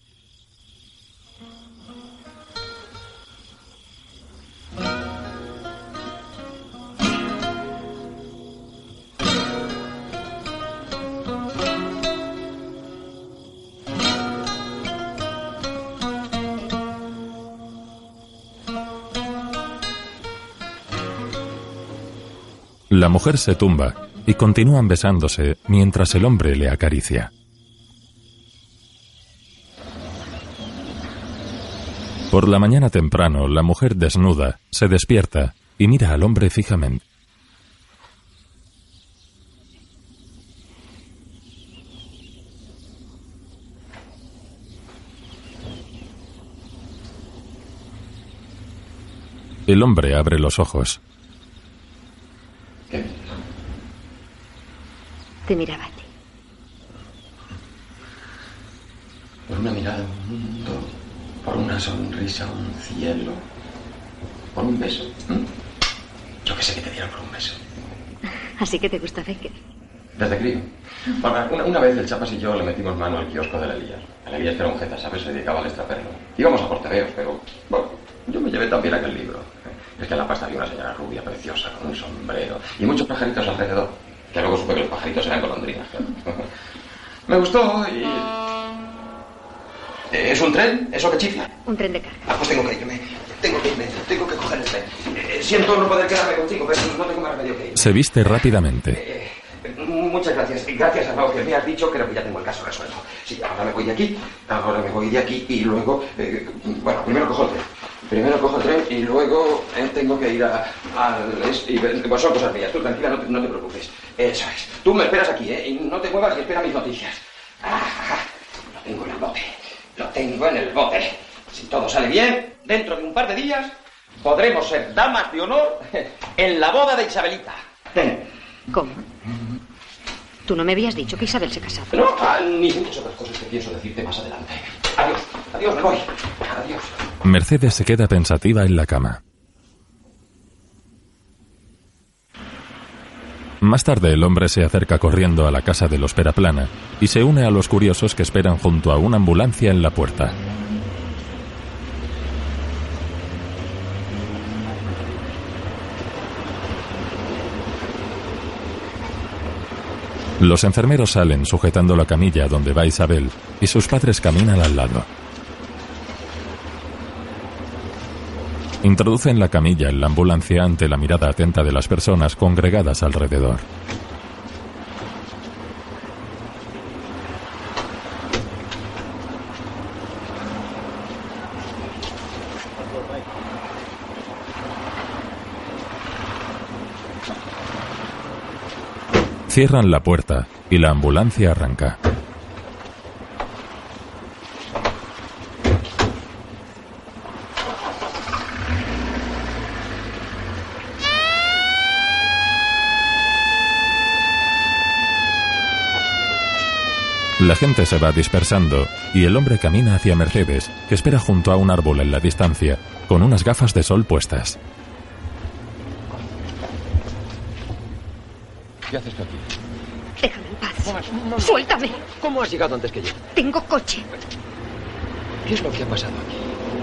La mujer se tumba y continúan besándose mientras el hombre le acaricia. Por la mañana temprano, la mujer desnuda se despierta y mira al hombre fijamente. El hombre abre los ojos. ¿Qué? Te miraba a ti. Por una mirada un mundo, por una sonrisa un cielo, por un beso. Yo que sé que te dieron por un beso. Así que te gusta Becker. Desde crío. Una vez el Chapas y yo le metimos mano al kiosco de la Elías. El Elías, que era un jeta, ¿sabes? Se dedicaba al extraperlo. Íbamos a por tebeos, pero bueno, yo me llevé también aquel libro. Es que en la pasta había una señora rubia preciosa con un sombrero y muchos pajaritos alrededor. Que luego supe que los pajaritos eran golondrinas, claro. Me gustó y... ¿Es un tren? ¿Eso que chifla? Un tren de carga. Ah, pues tengo que irme. Tengo que coger el tren. Siento no poder quedarme contigo, pero no tengo más remedio que ir. Se viste rápidamente. Muchas gracias. Gracias a lo que me has dicho, creo que ya tengo el caso resuelto. Sí, ahora me voy de aquí y luego... bueno, primero cojo el tren y luego tengo que ir al... Pues son cosas mías, tú tranquila, no te preocupes. Eso es. Tú me esperas aquí, y no te muevas y espera mis noticias. Lo tengo en el bote. Si todo sale bien, dentro de un par de días podremos ser damas de honor en la boda de Isabelita. ¿Cómo? ¿Tú no me habías dicho que Isabel se casaba? No, ni muchas otras cosas que pienso decirte más adelante. Adiós, adiós, me voy. Adiós. Mercedes se queda pensativa en la cama. Más tarde el hombre se acerca corriendo a la casa de los Peraplana y se une a los curiosos que esperan junto a una ambulancia en la puerta. Los enfermeros salen sujetando la camilla donde va Isabel y sus padres caminan al lado. Introducen la camilla en la ambulancia ante la mirada atenta de las personas congregadas alrededor. Cierran la puerta y la ambulancia arranca. La gente se va dispersando y el hombre camina hacia Mercedes, que espera junto a un árbol en la distancia, con unas gafas de sol puestas. ¿Qué haces tú aquí? Déjame en paz. Suéltame. ¿Cómo has llegado antes que yo? Tengo coche. ¿Qué es lo que ha pasado aquí?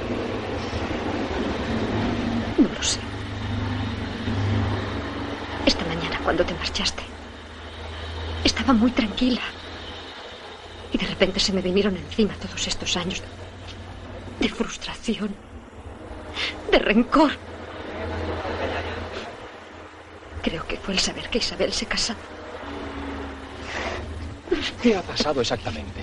No lo sé. Esta mañana, cuando te marchaste, estaba muy tranquila. Y de repente se me vinieron encima todos estos años de frustración, de rencor. Creo que fue el saber que Isabel se casaba. ¿Qué ha pasado exactamente?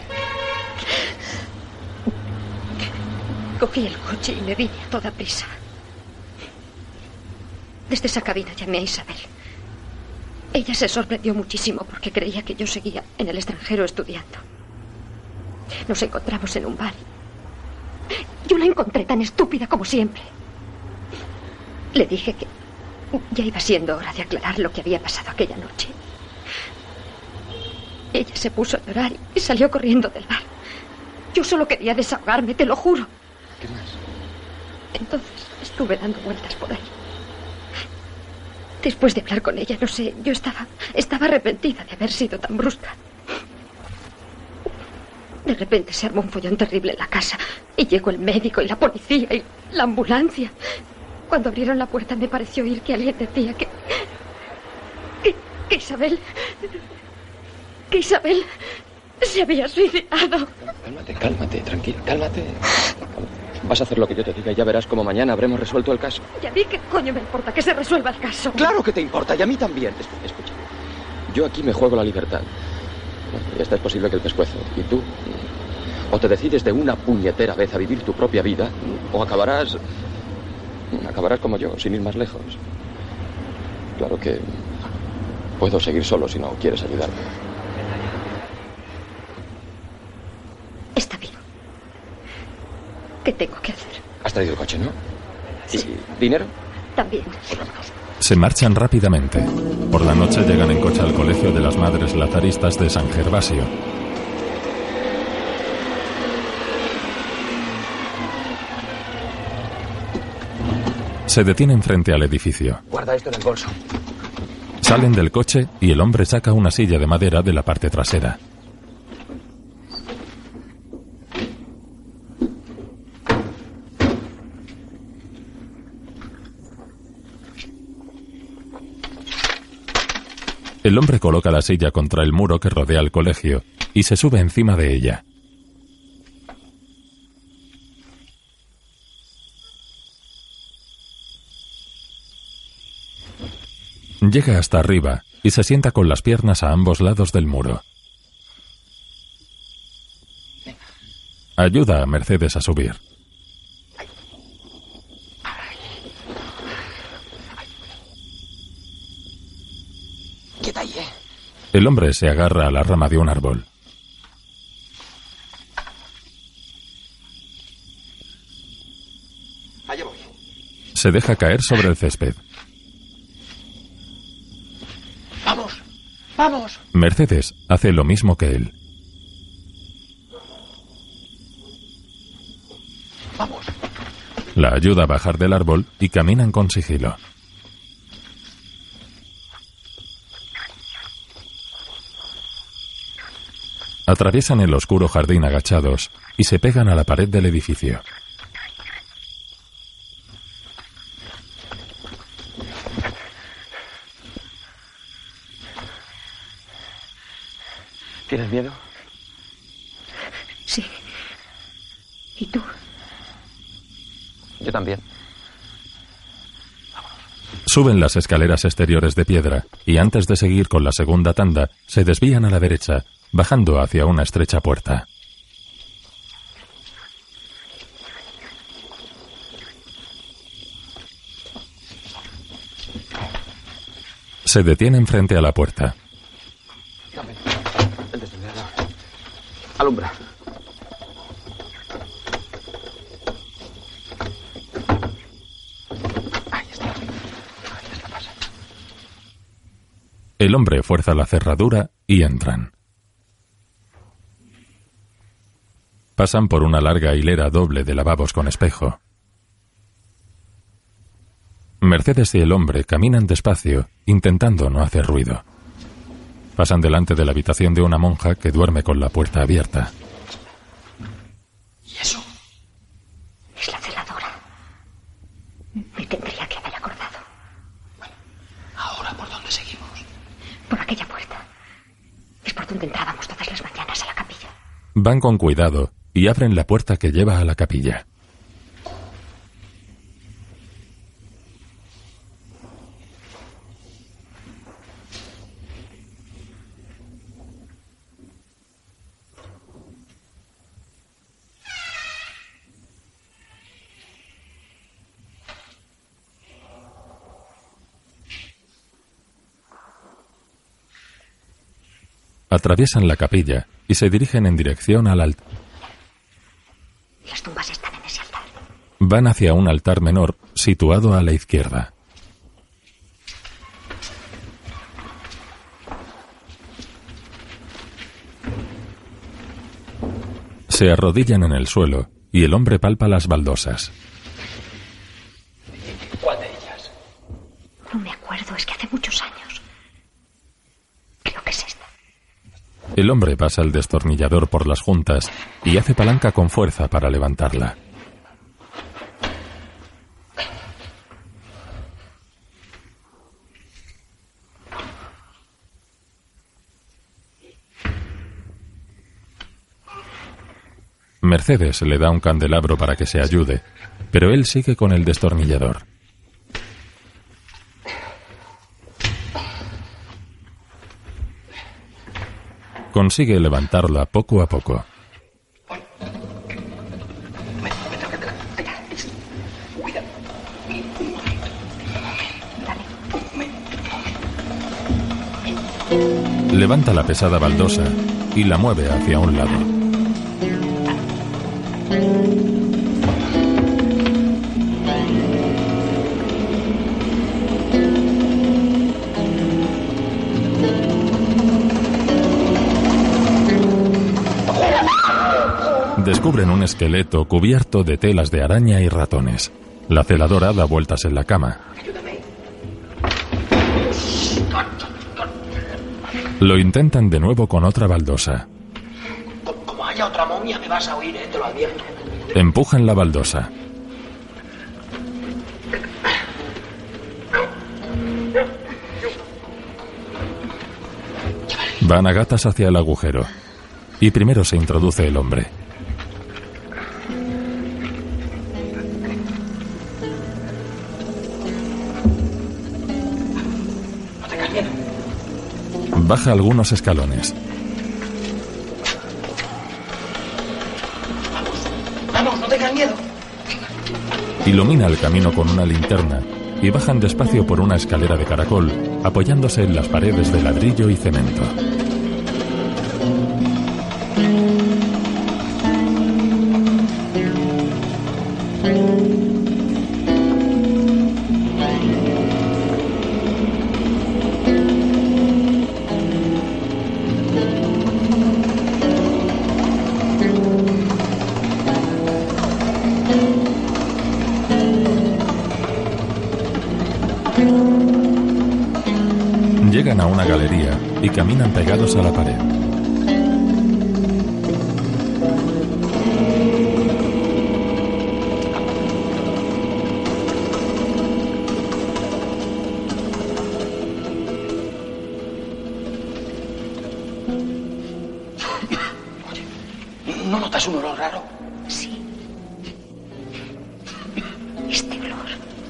Cogí el coche y me vine a toda prisa. Desde esa cabina llamé a Isabel. Ella se sorprendió muchísimo porque creía que yo seguía en el extranjero estudiando. Nos encontramos en un bar. Yo la encontré tan estúpida como siempre. Le dije que ya iba siendo hora de aclarar lo que había pasado aquella noche. Ella se puso a llorar y salió corriendo del bar. Yo solo quería desahogarme, te lo juro. ¿Qué más? Entonces estuve dando vueltas por ahí. Después de hablar con ella, no sé, yo estaba arrepentida de haber sido tan brusca. De repente se armó un follón terrible en la casa y llegó el médico y la policía y la ambulancia. Cuando abrieron la puerta me pareció oír que alguien decía que Isabel se había suicidado. Cálmate, tranquila, cálmate. Vas a hacer lo que yo te diga y ya verás cómo mañana habremos resuelto el caso. ¿Y a mí qué coño me importa que se resuelva el caso? Claro que te importa y a mí también. Escucha, yo aquí me juego la libertad. Esta es posible que el pescuezo. Y tú, o te decides de una puñetera vez a vivir tu propia vida, o acabarás como yo, sin ir más lejos. Claro que puedo seguir solo si no quieres ayudarme. Está bien. ¿Qué tengo que hacer? Has traído el coche, ¿no? ¿Y dinero? También. Pues vámonos. Se marchan rápidamente. Por la noche llegan en coche al colegio de las Madres Lazaristas de San Gervasio. Se detienen frente al edificio. Guarda esto en el bolso. Salen del coche y el hombre saca una silla de madera de la parte trasera. El hombre coloca la silla contra el muro que rodea el colegio y se sube encima de ella. Llega hasta arriba y se sienta con las piernas a ambos lados del muro. Ayuda a Mercedes a subir. Queda ahí, ¿eh? El hombre se agarra a la rama de un árbol. Allá voy. Se deja caer sobre el césped. Vamos. Vamos, vamos. Mercedes hace lo mismo que él. Vamos. La ayuda a bajar del árbol y caminan con sigilo. Atraviesan el oscuro jardín agachados y se pegan a la pared del edificio. ¿Tienes miedo? Sí. ¿Y tú? Yo también. Suben las escaleras exteriores de piedra y antes de seguir con la segunda tanda, se desvían a la derecha, bajando hacia una estrecha puerta. Se detienen frente a la puerta. Dame el descendedor. Alumbra. El hombre fuerza la cerradura y entran. Pasan por una larga hilera doble de lavabos con espejo. Mercedes y el hombre caminan despacio, intentando no hacer ruido. Pasan delante de la habitación de una monja que duerme con la puerta abierta. ¿Y eso? Es la celadora. Me tendría que haber acordado. ¿Ahora por dónde seguimos? Por aquella puerta. Es por donde entrábamos todas las mañanas a la capilla. Van con cuidado y abren la puerta que lleva a la capilla. Atraviesan la capilla y se dirigen en dirección al altar. Las tumbas están en ese altar. Van hacia un altar menor situado a la izquierda. Se arrodillan en el suelo y el hombre palpa las baldosas. ¿Cuál de ellas? No me acuerdo, es que hace muchos años. Creo que es esta. El hombre pasa el destornillador por las juntas y hace palanca con fuerza para levantarla. Mercedes le da un candelabro para que se ayude, pero él sigue con el destornillador. Consigue levantarla poco a poco. Levanta la pesada baldosa y la mueve hacia un lado. Descubren un esqueleto cubierto de telas de araña y ratones. La celadora da vueltas en la cama. Lo intentan de nuevo con otra baldosa. Como haya otra momia me vas a oír, te lo advierto. Empujan la baldosa. Van a gatas hacia el agujero. Y primero se introduce el hombre. Baja algunos escalones. Vamos, no tengas miedo. Ilumina el camino con una linterna y bajan despacio por una escalera de caracol, apoyándose en las paredes de ladrillo y cemento. Llegan a una galería y caminan pegados a la pared. ¿No notas un olor raro? Sí. Este olor.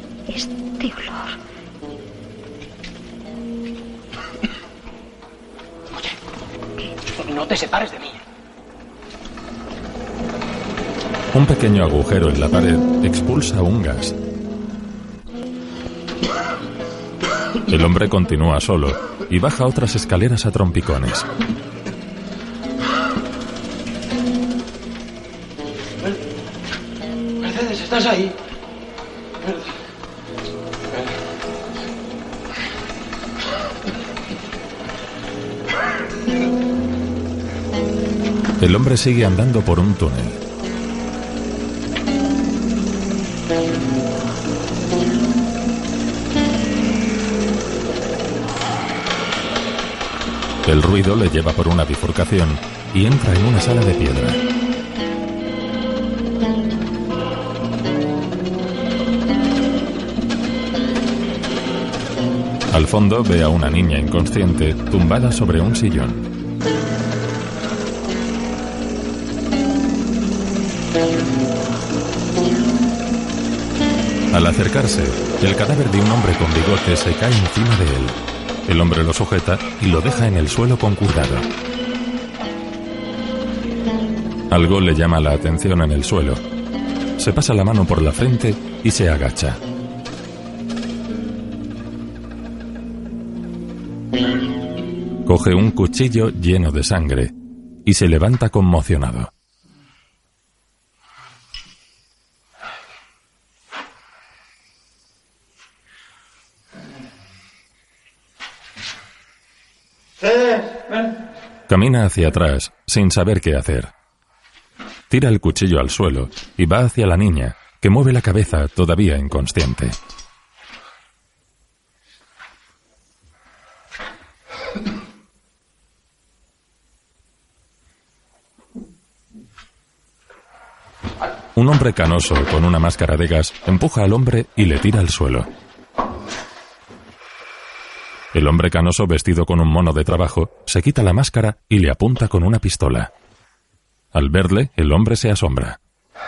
Oye, no te separes de mí. Un pequeño agujero en la pared expulsa un gas. El hombre continúa solo y baja otras escaleras a trompicones. Mercedes, ¿estás ahí? El hombre sigue andando por un túnel. El ruido le lleva por una bifurcación y entra en una sala de piedra. Al fondo ve a una niña inconsciente tumbada sobre un sillón. Al acercarse, el cadáver de un hombre con bigote se cae encima de él. El hombre lo sujeta y lo deja en el suelo con cuidado. Algo le llama la atención en el suelo. Se pasa la mano por la frente y se agacha. Coge un cuchillo lleno de sangre y se levanta conmocionado. Camina hacia atrás sin saber qué hacer. Tira el cuchillo al suelo y va hacia la niña, que mueve la cabeza todavía inconsciente. Un hombre canoso con una máscara de gas empuja al hombre y le tira al suelo. El hombre canoso, vestido con un mono de trabajo, se quita la máscara y le apunta con una pistola. Al verle, el hombre se asombra.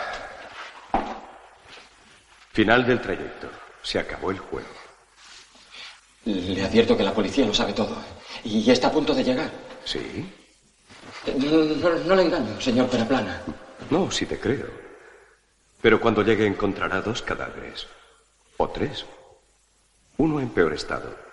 Final del trayecto. Se acabó el juego. Le advierto que la policía lo sabe todo. Y está a punto de llegar. ¿Sí? No le engaño, señor Peraplana. No, sí te creo. Pero cuando llegue encontrará 2 cadáveres. O 3. Uno en peor estado.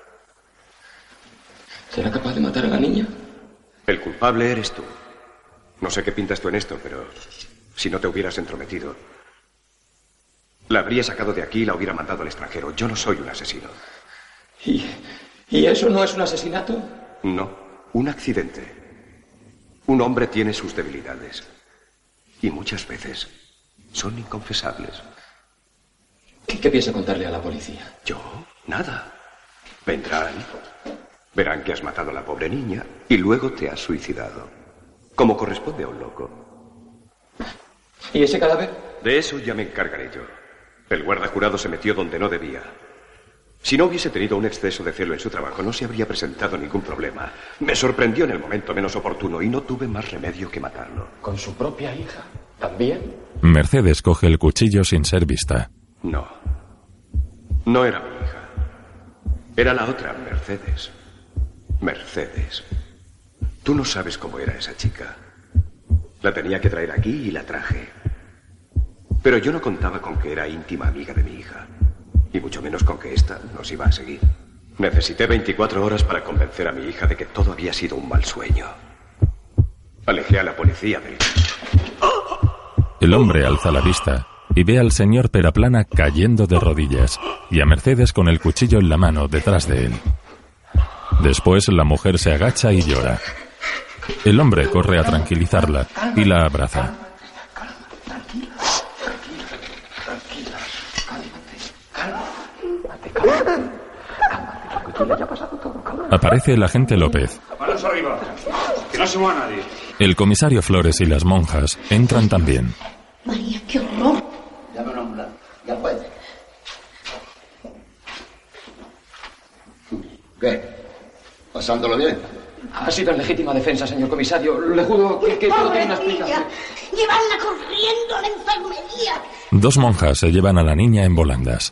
¿Será capaz de matar a la niña? El culpable eres tú. No sé qué pintas tú en esto, pero si no te hubieras entrometido, la habría sacado de aquí y la hubiera mandado al extranjero. Yo no soy un asesino. ¿Y eso no es un asesinato? No, un accidente. Un hombre tiene sus debilidades. Y muchas veces son inconfesables. ¿Qué piensa contarle a la policía? ¿Yo? Nada. Vendrán, verán que has matado a la pobre niña y luego te has suicidado. Como corresponde a un loco. ¿Y ese cadáver? De eso ya me encargaré yo. El guarda jurado se metió donde no debía. Si no hubiese tenido un exceso de celo en su trabajo, no se habría presentado ningún problema. Me sorprendió en el momento menos oportuno y no tuve más remedio que matarlo. ¿Con su propia hija? ¿También? Mercedes coge el cuchillo sin ser vista. No. No era mi hija. Era la otra, Mercedes. Mercedes. Tú no sabes cómo era esa chica. La tenía que traer aquí y la traje. Pero yo no contaba con que era íntima amiga de mi hija. Y mucho menos con que ésta nos iba a seguir. Necesité 24 horas para convencer a mi hija de que todo había sido un mal sueño. Alejé a la policía del... El hombre alza la vista y ve al señor Peraplana cayendo de rodillas y a Mercedes con el cuchillo en la mano detrás de él. Después la mujer se agacha y llora. El hombre corre a tranquilizarla y la abraza. Tranquila, ya ha pasado todo. Aparece el agente López. Manos arriba. Que no se mueva nadie. El comisario Flores y las monjas entran también. María, qué horror. Llama a una ambulancia. Ya puede. ¿Qué? ¿Pasándolo bien? Ha sido en legítima defensa, señor comisario. Le juro que todo tiene una explicación. Llevanla corriendo a la enfermería. 2 monjas se llevan a la niña en volandas.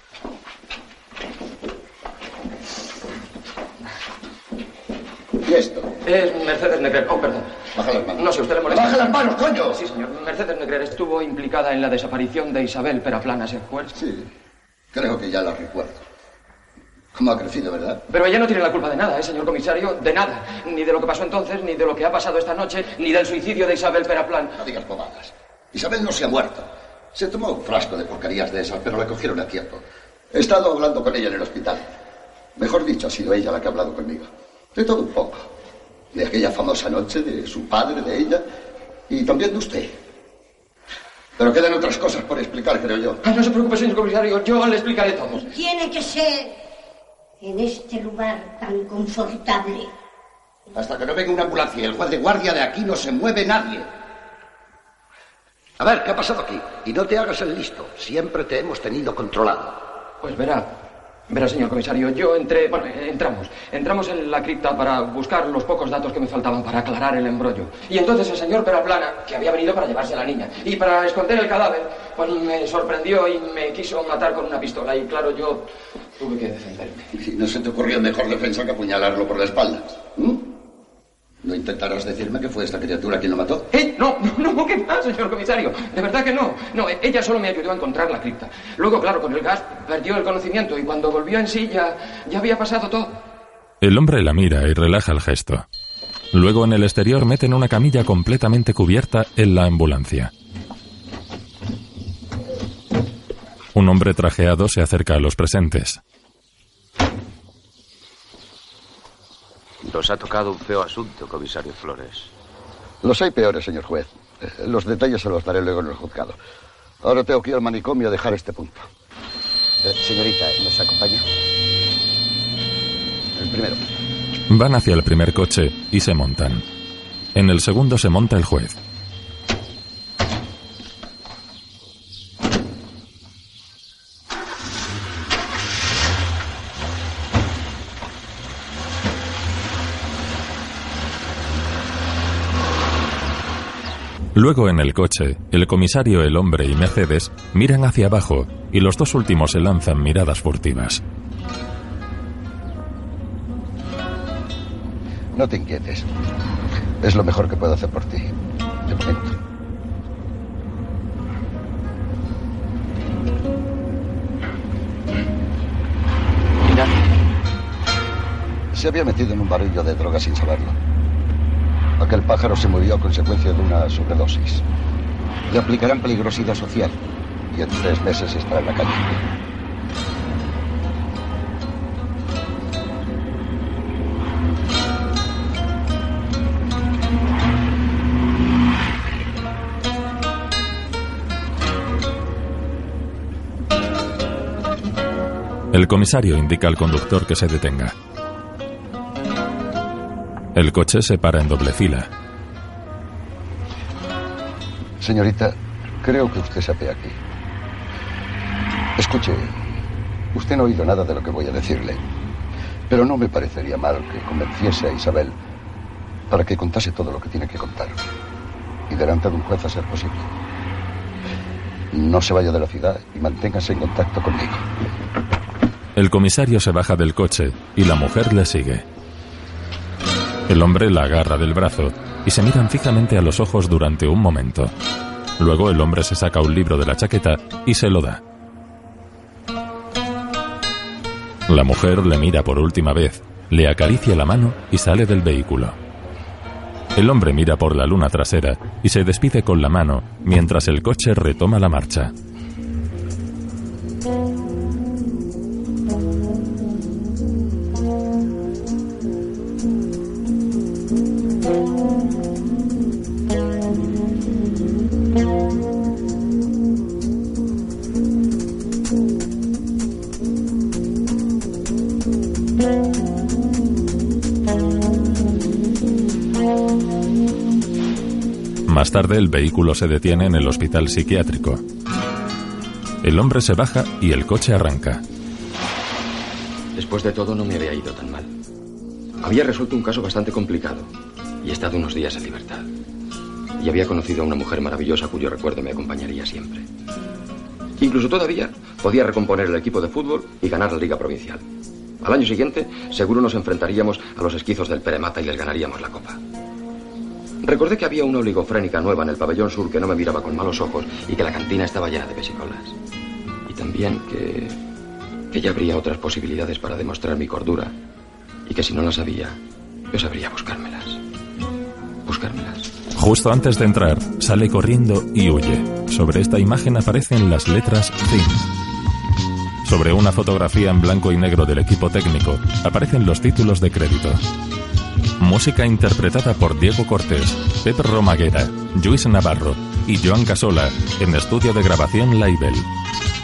¿Y esto? Es Mercedes Negrer. Oh, perdón. Baja las manos. No sé, usted le molesta. ¡Baja las manos, coño! Sí, señor. Mercedes Negrer estuvo implicada en la desaparición de Isabel Peraplana, ¿se acuerda? Sí, creo que ya la recuerdo. ¿Cómo ha crecido, verdad? Pero ella no tiene la culpa de nada, señor comisario, de nada. Ni de lo que pasó entonces, ni de lo que ha pasado esta noche, ni del suicidio de Isabel Peraplan. No digas bobadas. Isabel no se ha muerto. Se tomó un frasco de porquerías de esas, pero la cogieron a tiempo. He estado hablando con ella en el hospital. Mejor dicho, ha sido ella la que ha hablado conmigo. De todo un poco. De aquella famosa noche, de su padre, de ella, y también de usted. Pero quedan otras cosas por explicar, creo yo. No se preocupe, señor comisario, yo le explicaré todo. Tiene que ser en este lugar tan confortable. Hasta que no venga una ambulancia y el juez de guardia de aquí no se mueve nadie. A ver, ¿qué ha pasado aquí? Y no te hagas el listo. Siempre te hemos tenido controlado. Pues verá, señor comisario, entramos en la cripta para buscar los pocos datos que me faltaban para aclarar el embrollo. Y entonces el señor Peraplana, que había venido para llevarse a la niña y para esconder el cadáver, pues me sorprendió y me quiso matar con una pistola. Y claro, yo tuve que defenderme. ¿Y no se te ocurrió mejor defensa que apuñalarlo por la espalda? ¿No intentarás decirme que fue esta criatura quien lo mató? No, ¿qué pasa, señor comisario? De verdad que no. No, ella solo me ayudó a encontrar la cripta. Luego, claro, con el gas perdió el conocimiento y cuando volvió en sí ya había pasado todo. El hombre la mira y relaja el gesto. Luego en el exterior meten una camilla completamente cubierta en la ambulancia. Un hombre trajeado se acerca a los presentes. Nos ha tocado un feo asunto, comisario Flores. Los hay peores, señor juez. Los detalles se los daré luego en el juzgado. Ahora tengo que ir al manicomio a dejar este punto. Señorita, ¿nos acompaña? El primero. Van hacia el primer coche y se montan. En el segundo se monta el juez. Luego en el coche, el comisario, el hombre y Mercedes miran hacia abajo y los 2 últimos se lanzan miradas furtivas. No te inquietes. Es lo mejor que puedo hacer por ti. De momento. Mira. Se había metido en un barrillo de droga sin saberlo. Aquel pájaro se murió a consecuencia de una sobredosis. Le aplicarán peligrosidad social y en 3 meses estará en la calle. El comisario indica al conductor que se detenga. El coche se para en doble fila. Señorita, creo que usted se apea aquí. Escuche, usted no ha oído nada de lo que voy a decirle, pero no me parecería mal que convenciese a Isabel para que contase todo lo que tiene que contar. Y delante de un juez a ser posible. No se vaya de la ciudad y manténgase en contacto conmigo. El comisario se baja del coche y la mujer le sigue. El hombre la agarra del brazo y se miran fijamente a los ojos durante un momento. Luego el hombre se saca un libro de la chaqueta y se lo da. La mujer le mira por última vez, le acaricia la mano y sale del vehículo. El hombre mira por la luna trasera y se despide con la mano mientras el coche retoma la marcha. Más tarde, el vehículo se detiene en el hospital psiquiátrico. El hombre se baja y el coche arranca. Después de todo, no me había ido tan mal. Había resuelto un caso bastante complicado y he estado unos días en libertad. Y había conocido a una mujer maravillosa cuyo recuerdo me acompañaría siempre. Incluso todavía podía recomponer el equipo de fútbol y ganar la Liga Provincial. Al año siguiente, seguro nos enfrentaríamos a los esquizos del Peremata y les ganaríamos la copa. Recordé que había una oligofrénica nueva en el pabellón sur que no me miraba con malos ojos y que la cantina estaba llena de pesicolas. Y también que ya habría otras posibilidades para demostrar mi cordura y que si no las había, yo sabría buscármelas. Buscármelas. Justo antes de entrar, sale corriendo y huye. Sobre esta imagen aparecen las letras Thing. Sobre una fotografía en blanco y negro del equipo técnico aparecen los títulos de crédito. Música interpretada por Diego Cortés, Pep Romaguera, Lluís Navarro y Joan Casola en estudio de grabación Laibel.